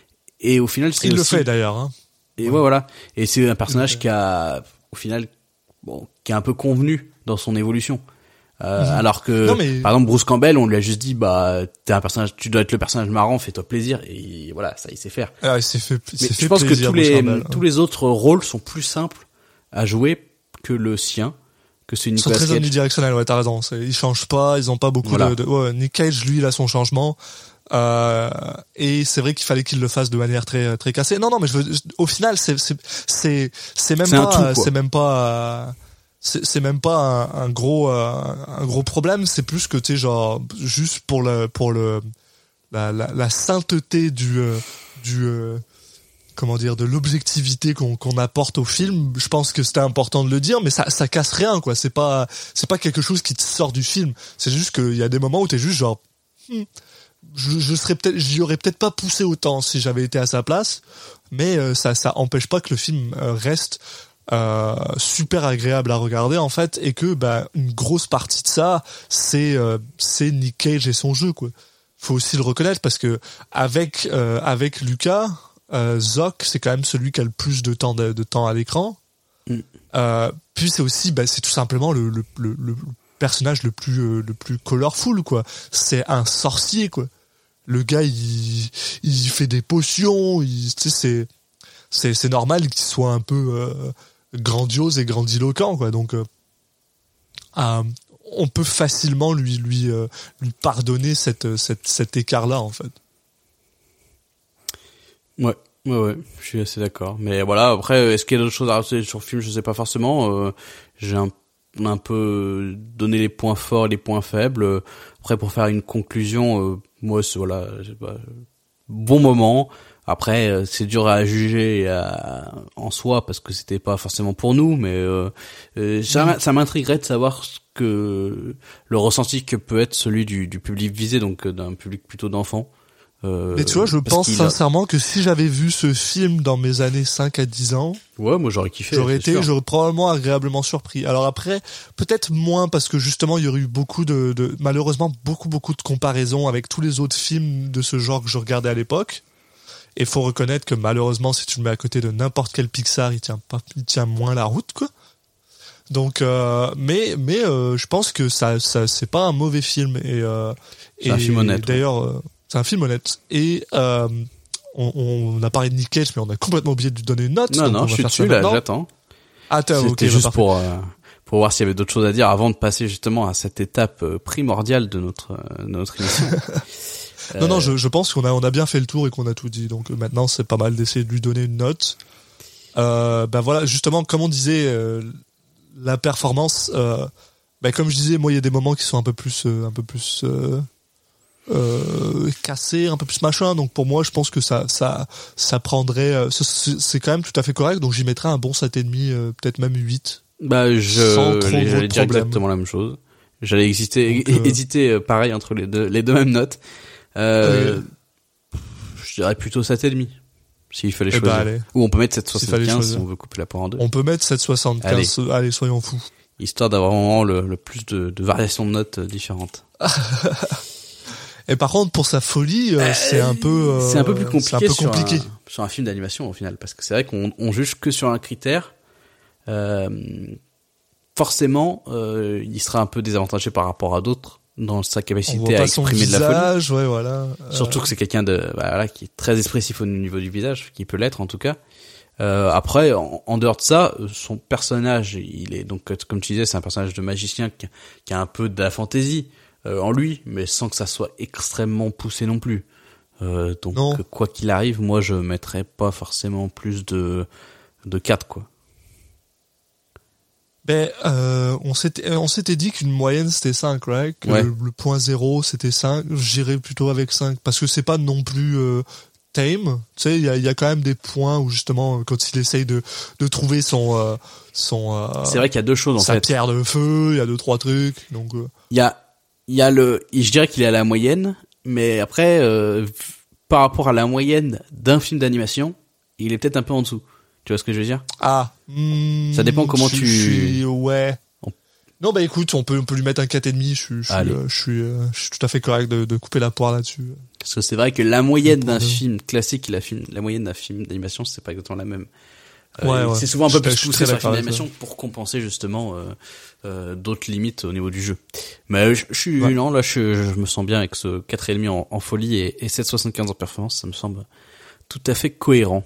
Et au final, c'est il aussi... le fait d'ailleurs. Hein. Et ouais. ouais, voilà. Et c'est un personnage qui a, au final, bon, qui est un peu convenu dans son évolution. Euh, mmh. Alors que, non, mais... par exemple, Bruce Campbell, on lui a juste dit, bah, t'es un personnage, tu dois être le personnage marrant, fais-toi plaisir. Et voilà, ça, il sait faire. Ah, il s'est fait, il mais s'est je fait pense plaisir, que tous les, Campbell, tous les autres rôles sont plus simples à jouer que le sien, que c'est Nicolas Cage. Ils sont très omnidirectionnels, ouais, t'as raison. C'est, ils changent pas, ils ont pas beaucoup voilà. de, de, ouais, Nick Cage, lui, il a son changement. Euh, et c'est vrai qu'il fallait qu'il le fasse de manière très très cassée. Non non, mais je veux, au final c'est c'est c'est c'est même c'est pas tout, c'est même pas c'est c'est même pas un, un gros un gros problème. C'est plus que tu sais genre juste pour le pour le la la, la sainteté du du comment dire de l'objectivité qu'on qu'on apporte au film. Je pense que c'était important de le dire, mais ça ça casse rien quoi. C'est pas c'est pas quelque chose qui te sort du film. C'est juste qu'il y a des moments où t'es juste genre hmm, je, je serais peut-être, j'y aurais peut-être pas poussé autant si j'avais été à sa place, mais euh, ça, ça empêche pas que le film euh, reste euh, super agréable à regarder en fait, et que bah une grosse partie de ça, c'est euh, c'est Nick Cage et son jeu quoi. Faut aussi le reconnaître parce que avec euh, avec Lucas, euh, Zoc c'est quand même celui qui a le plus de temps de, de temps à l'écran. Mm. Euh, puis c'est aussi bah c'est tout simplement le le le, le personnage le plus euh, le plus colorful quoi. C'est un sorcier quoi. Le gars il il fait des potions, il tu sais c'est c'est c'est normal qu'il soit un peu euh, grandiose et grandiloquent quoi. Donc euh, euh, on peut facilement lui lui euh, lui pardonner cette cette cet écart là en fait. Ouais. Ouais ouais, je suis assez d'accord. Mais voilà, après est-ce qu'il y a d'autres choses à rajouter sur le film, je sais pas forcément. Euh, j'ai un on a un peu donné les points forts et les points faibles. Après, pour faire une conclusion, euh, moi, c'est, voilà, c'est pas, bon moment. Après, euh, c'est dur à juger à, en soi parce que c'était pas forcément pour nous, mais euh, euh, ça, ça m'intriguerait de savoir ce que le ressenti que peut être celui du, du public visé, donc d'un public plutôt d'enfants. Euh, mais tu vois, je pense sincèrement a... que si j'avais vu ce film dans mes années cinq à dix ans, ouais, moi j'aurais kiffé. J'aurais été, sûr. j'aurais probablement agréablement surpris. Alors après, peut-être moins parce que justement il y aurait eu beaucoup de, de, malheureusement beaucoup beaucoup de comparaisons avec tous les autres films de ce genre que je regardais à l'époque. Et faut reconnaître que malheureusement, si tu le mets à côté de n'importe quel Pixar, il tient pas, il tient moins la route quoi. Donc, euh, mais mais euh, je pense que ça, ça c'est pas un mauvais film et euh, c'est et un film honnête. D'ailleurs. Euh, C'est un film honnête. Et euh, on, on a parlé de Nick Cage, mais on a complètement oublié de lui donner une note. Non, non, je suis dessus, là, j'attends. Ah, t'as, C'était okay, juste bah, pour, euh, pour voir s'il y avait d'autres choses à dire avant de passer justement à cette étape primordiale de notre, euh, de notre émission. euh... Non, non, je, je pense qu'on a, on a bien fait le tour et qu'on a tout dit. Donc maintenant, c'est pas mal d'essayer de lui donner une note. Euh, ben voilà, justement, comme on disait, euh, la performance, euh, ben comme je disais, moi, il y a des moments qui sont un peu plus, euh, un peu plus, euh, Euh, cassé, un peu plus machin, donc pour moi je pense que ça ça ça prendrait euh, c'est, c'est quand même tout à fait correct, donc j'y mettrais un bon sept virgule cinq, euh, peut-être même huit. Bah je j'allais, j'allais dire exactement la même chose. J'allais exister donc, euh... hésiter euh, pareil entre les deux les deux mêmes notes. Euh, oui. Je dirais plutôt sept virgule cinq s'il fallait choisir. Bah, ou on peut mettre sept virgule soixante-quinze si on veut couper la poire en deux. On peut mettre sept virgule soixante-quinze. Allez, allez soyons fous. Histoire d'avoir vraiment le, le plus de, de variations de notes différentes. Et par contre, pour sa folie, euh, c'est un peu, euh, c'est un peu plus compliqué, un peu compliqué. Sur, un, sur un film d'animation au final, parce que c'est vrai qu'on on juge que sur un critère. Euh, forcément, euh, il sera un peu désavantagé par rapport à d'autres dans sa capacité à exprimer de la folie. Ouais, voilà. Euh... Surtout que c'est quelqu'un de, bah, voilà, qui est très expressif au niveau du visage, qui peut l'être en tout cas. Euh, après, en, en dehors de ça, son personnage, il est donc, comme tu disais, c'est un personnage de magicien qui, qui a un peu de la fantaisie euh, en lui, mais sans que ça soit extrêmement poussé non plus. Euh, donc, non. Quoi qu'il arrive, moi, je mettrais pas forcément plus de de quatre, quoi. Ben, euh, on s'était, on s'était dit qu'une moyenne c'était cinq, right? Que ouais. le, le point zéro c'était cinq. J'irais plutôt avec cinq parce que c'est pas non plus euh, tame. Tu sais, il y a, il y a quand même des points où justement, quand il essaye de, de trouver son, euh, son, euh, c'est vrai qu'il y a deux choses en sa fait. pierre de feu, il y a deux trois trucs. Donc, euh... Il y a, il y a le, je dirais qu'il est à la moyenne, mais après, euh, par rapport à la moyenne d'un film d'animation, il est peut-être un peu en dessous. Tu vois ce que je veux dire? Ah, hmm, ça dépend comment je, tu. Je suis, ouais. On... Non, bah écoute, on peut, on peut lui mettre un quatre virgule cinq. Je, je, suis, euh, je suis, euh, je suis tout à fait correct de, de couper la poire là-dessus. Parce que c'est vrai que la moyenne d'un film classique et la film, la moyenne d'un film d'animation, c'est pas exactement la même. Euh, ouais, ouais. C'est souvent un peu je, plus je poussé sur la film avec d'animation pour compenser justement euh, euh, d'autres limites au niveau du jeu. Mais je, je suis ouais. non là, je, je me sens bien avec ce quatre virgule cinq en, en folie et, et sept virgule soixante-quinze en performance, ça me semble tout à fait cohérent.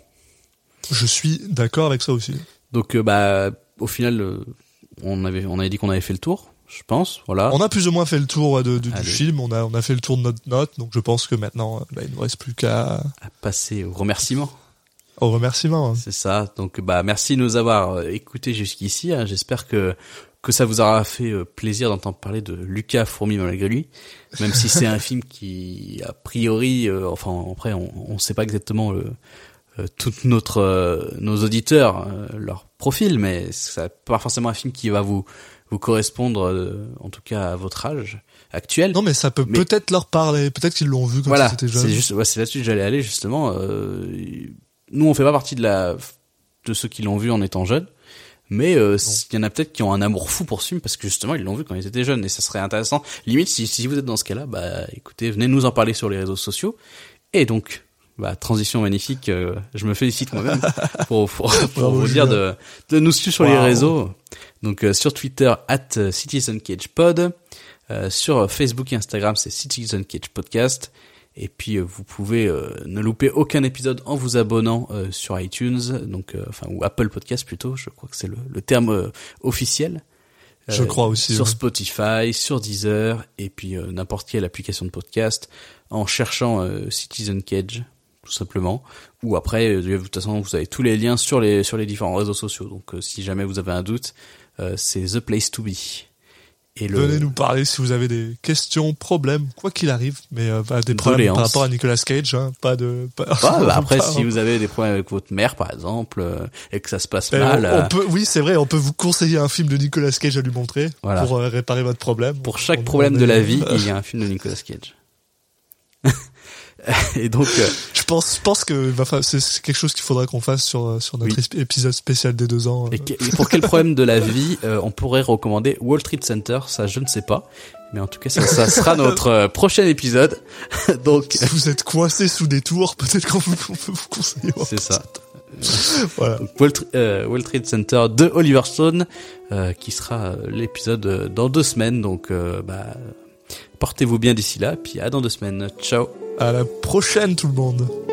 Je suis d'accord avec ça aussi. Donc euh, bah au final, euh, on avait on avait dit qu'on avait fait le tour. Je pense, voilà. On a plus ou moins fait le tour ouais, de, de, du film, on a, on a fait le tour de notre note, donc je pense que maintenant, bah, il ne reste plus qu'à... À passer au remerciement. Au remerciement. Hein. C'est ça, donc bah merci de nous avoir écoutés jusqu'ici, hein. J'espère que que ça vous aura fait plaisir d'entendre parler de Lucas Fourmi malgré lui, même si c'est un film qui, a priori, euh, enfin après on on sait pas exactement le... Euh, tout notre euh, nos auditeurs euh, leur profil, mais c'est pas forcément un film qui va vous vous correspondre euh, en tout cas à votre âge actuel. Non mais ça peut mais... peut-être leur parler, peut-être qu'ils l'ont vu quand voilà, ils étaient jeunes. C'est juste ouais, c'est là-dessus que j'allais aller justement. Euh, nous on fait pas partie de la de ceux qui l'ont vu en étant jeunes, mais euh, il y en a peut-être qui ont un amour fou pour ce film parce que justement ils l'ont vu quand ils étaient jeunes et ça serait intéressant. Limite si si vous êtes dans ce cas-là, bah écoutez, venez nous en parler sur les réseaux sociaux. Et donc bah, transition magnifique, euh, je me félicite moi-même pour, pour, pour vous dire de, de nous suivre sur wow. les réseaux. Donc euh, sur Twitter, at Citizen Cage Pod, euh, sur Facebook et Instagram, c'est Citizen Cage Podcast. Et puis euh, vous pouvez euh, ne louper aucun épisode en vous abonnant euh, sur iTunes, donc euh, enfin ou Apple Podcast plutôt, je crois que c'est le, le terme euh, officiel. Euh, je crois aussi. Sur ouais. Spotify, sur Deezer, et puis euh, n'importe quelle application de podcast, en cherchant euh, Citizen Cage. Tout simplement, ou après de toute façon vous avez tous les liens sur les sur les différents réseaux sociaux, donc euh, si jamais vous avez un doute, euh, c'est the place to be. Et le... venez nous parler si vous avez des questions, problèmes, quoi qu'il arrive, mais euh, pas des problèmes par rapport à Nicolas Cage, hein, pas de pas... Ah, bah après pas, si vous avez des problèmes avec votre mère par exemple euh, et que ça se passe ben, mal, on, euh... on peut oui c'est vrai, on peut vous conseiller un film de Nicolas Cage à lui montrer voilà. pour euh, réparer votre problème. Pour chaque on, problème on de est... la vie, il y a un film de Nicolas Cage. Et donc, euh, je pense, je pense que c'est quelque chose qu'il faudra qu'on fasse sur sur notre oui. épisode spécial des deux ans. Et, que, et pour quel problème de la vie euh, on pourrait recommander Wall Street Center? Ça, je ne sais pas, mais en tout cas, ça, ça sera notre euh, prochain épisode. Donc, si vous êtes coincé sous des tours, peut-être qu'on peut vous conseiller. C'est ça. Voilà. Donc, Wall, euh, Wall Street Center de Oliver Stone, euh, qui sera l'épisode dans deux semaines. Donc, euh, bah, portez-vous bien d'ici là, puis à dans deux semaines. Ciao. À la prochaine tout le monde.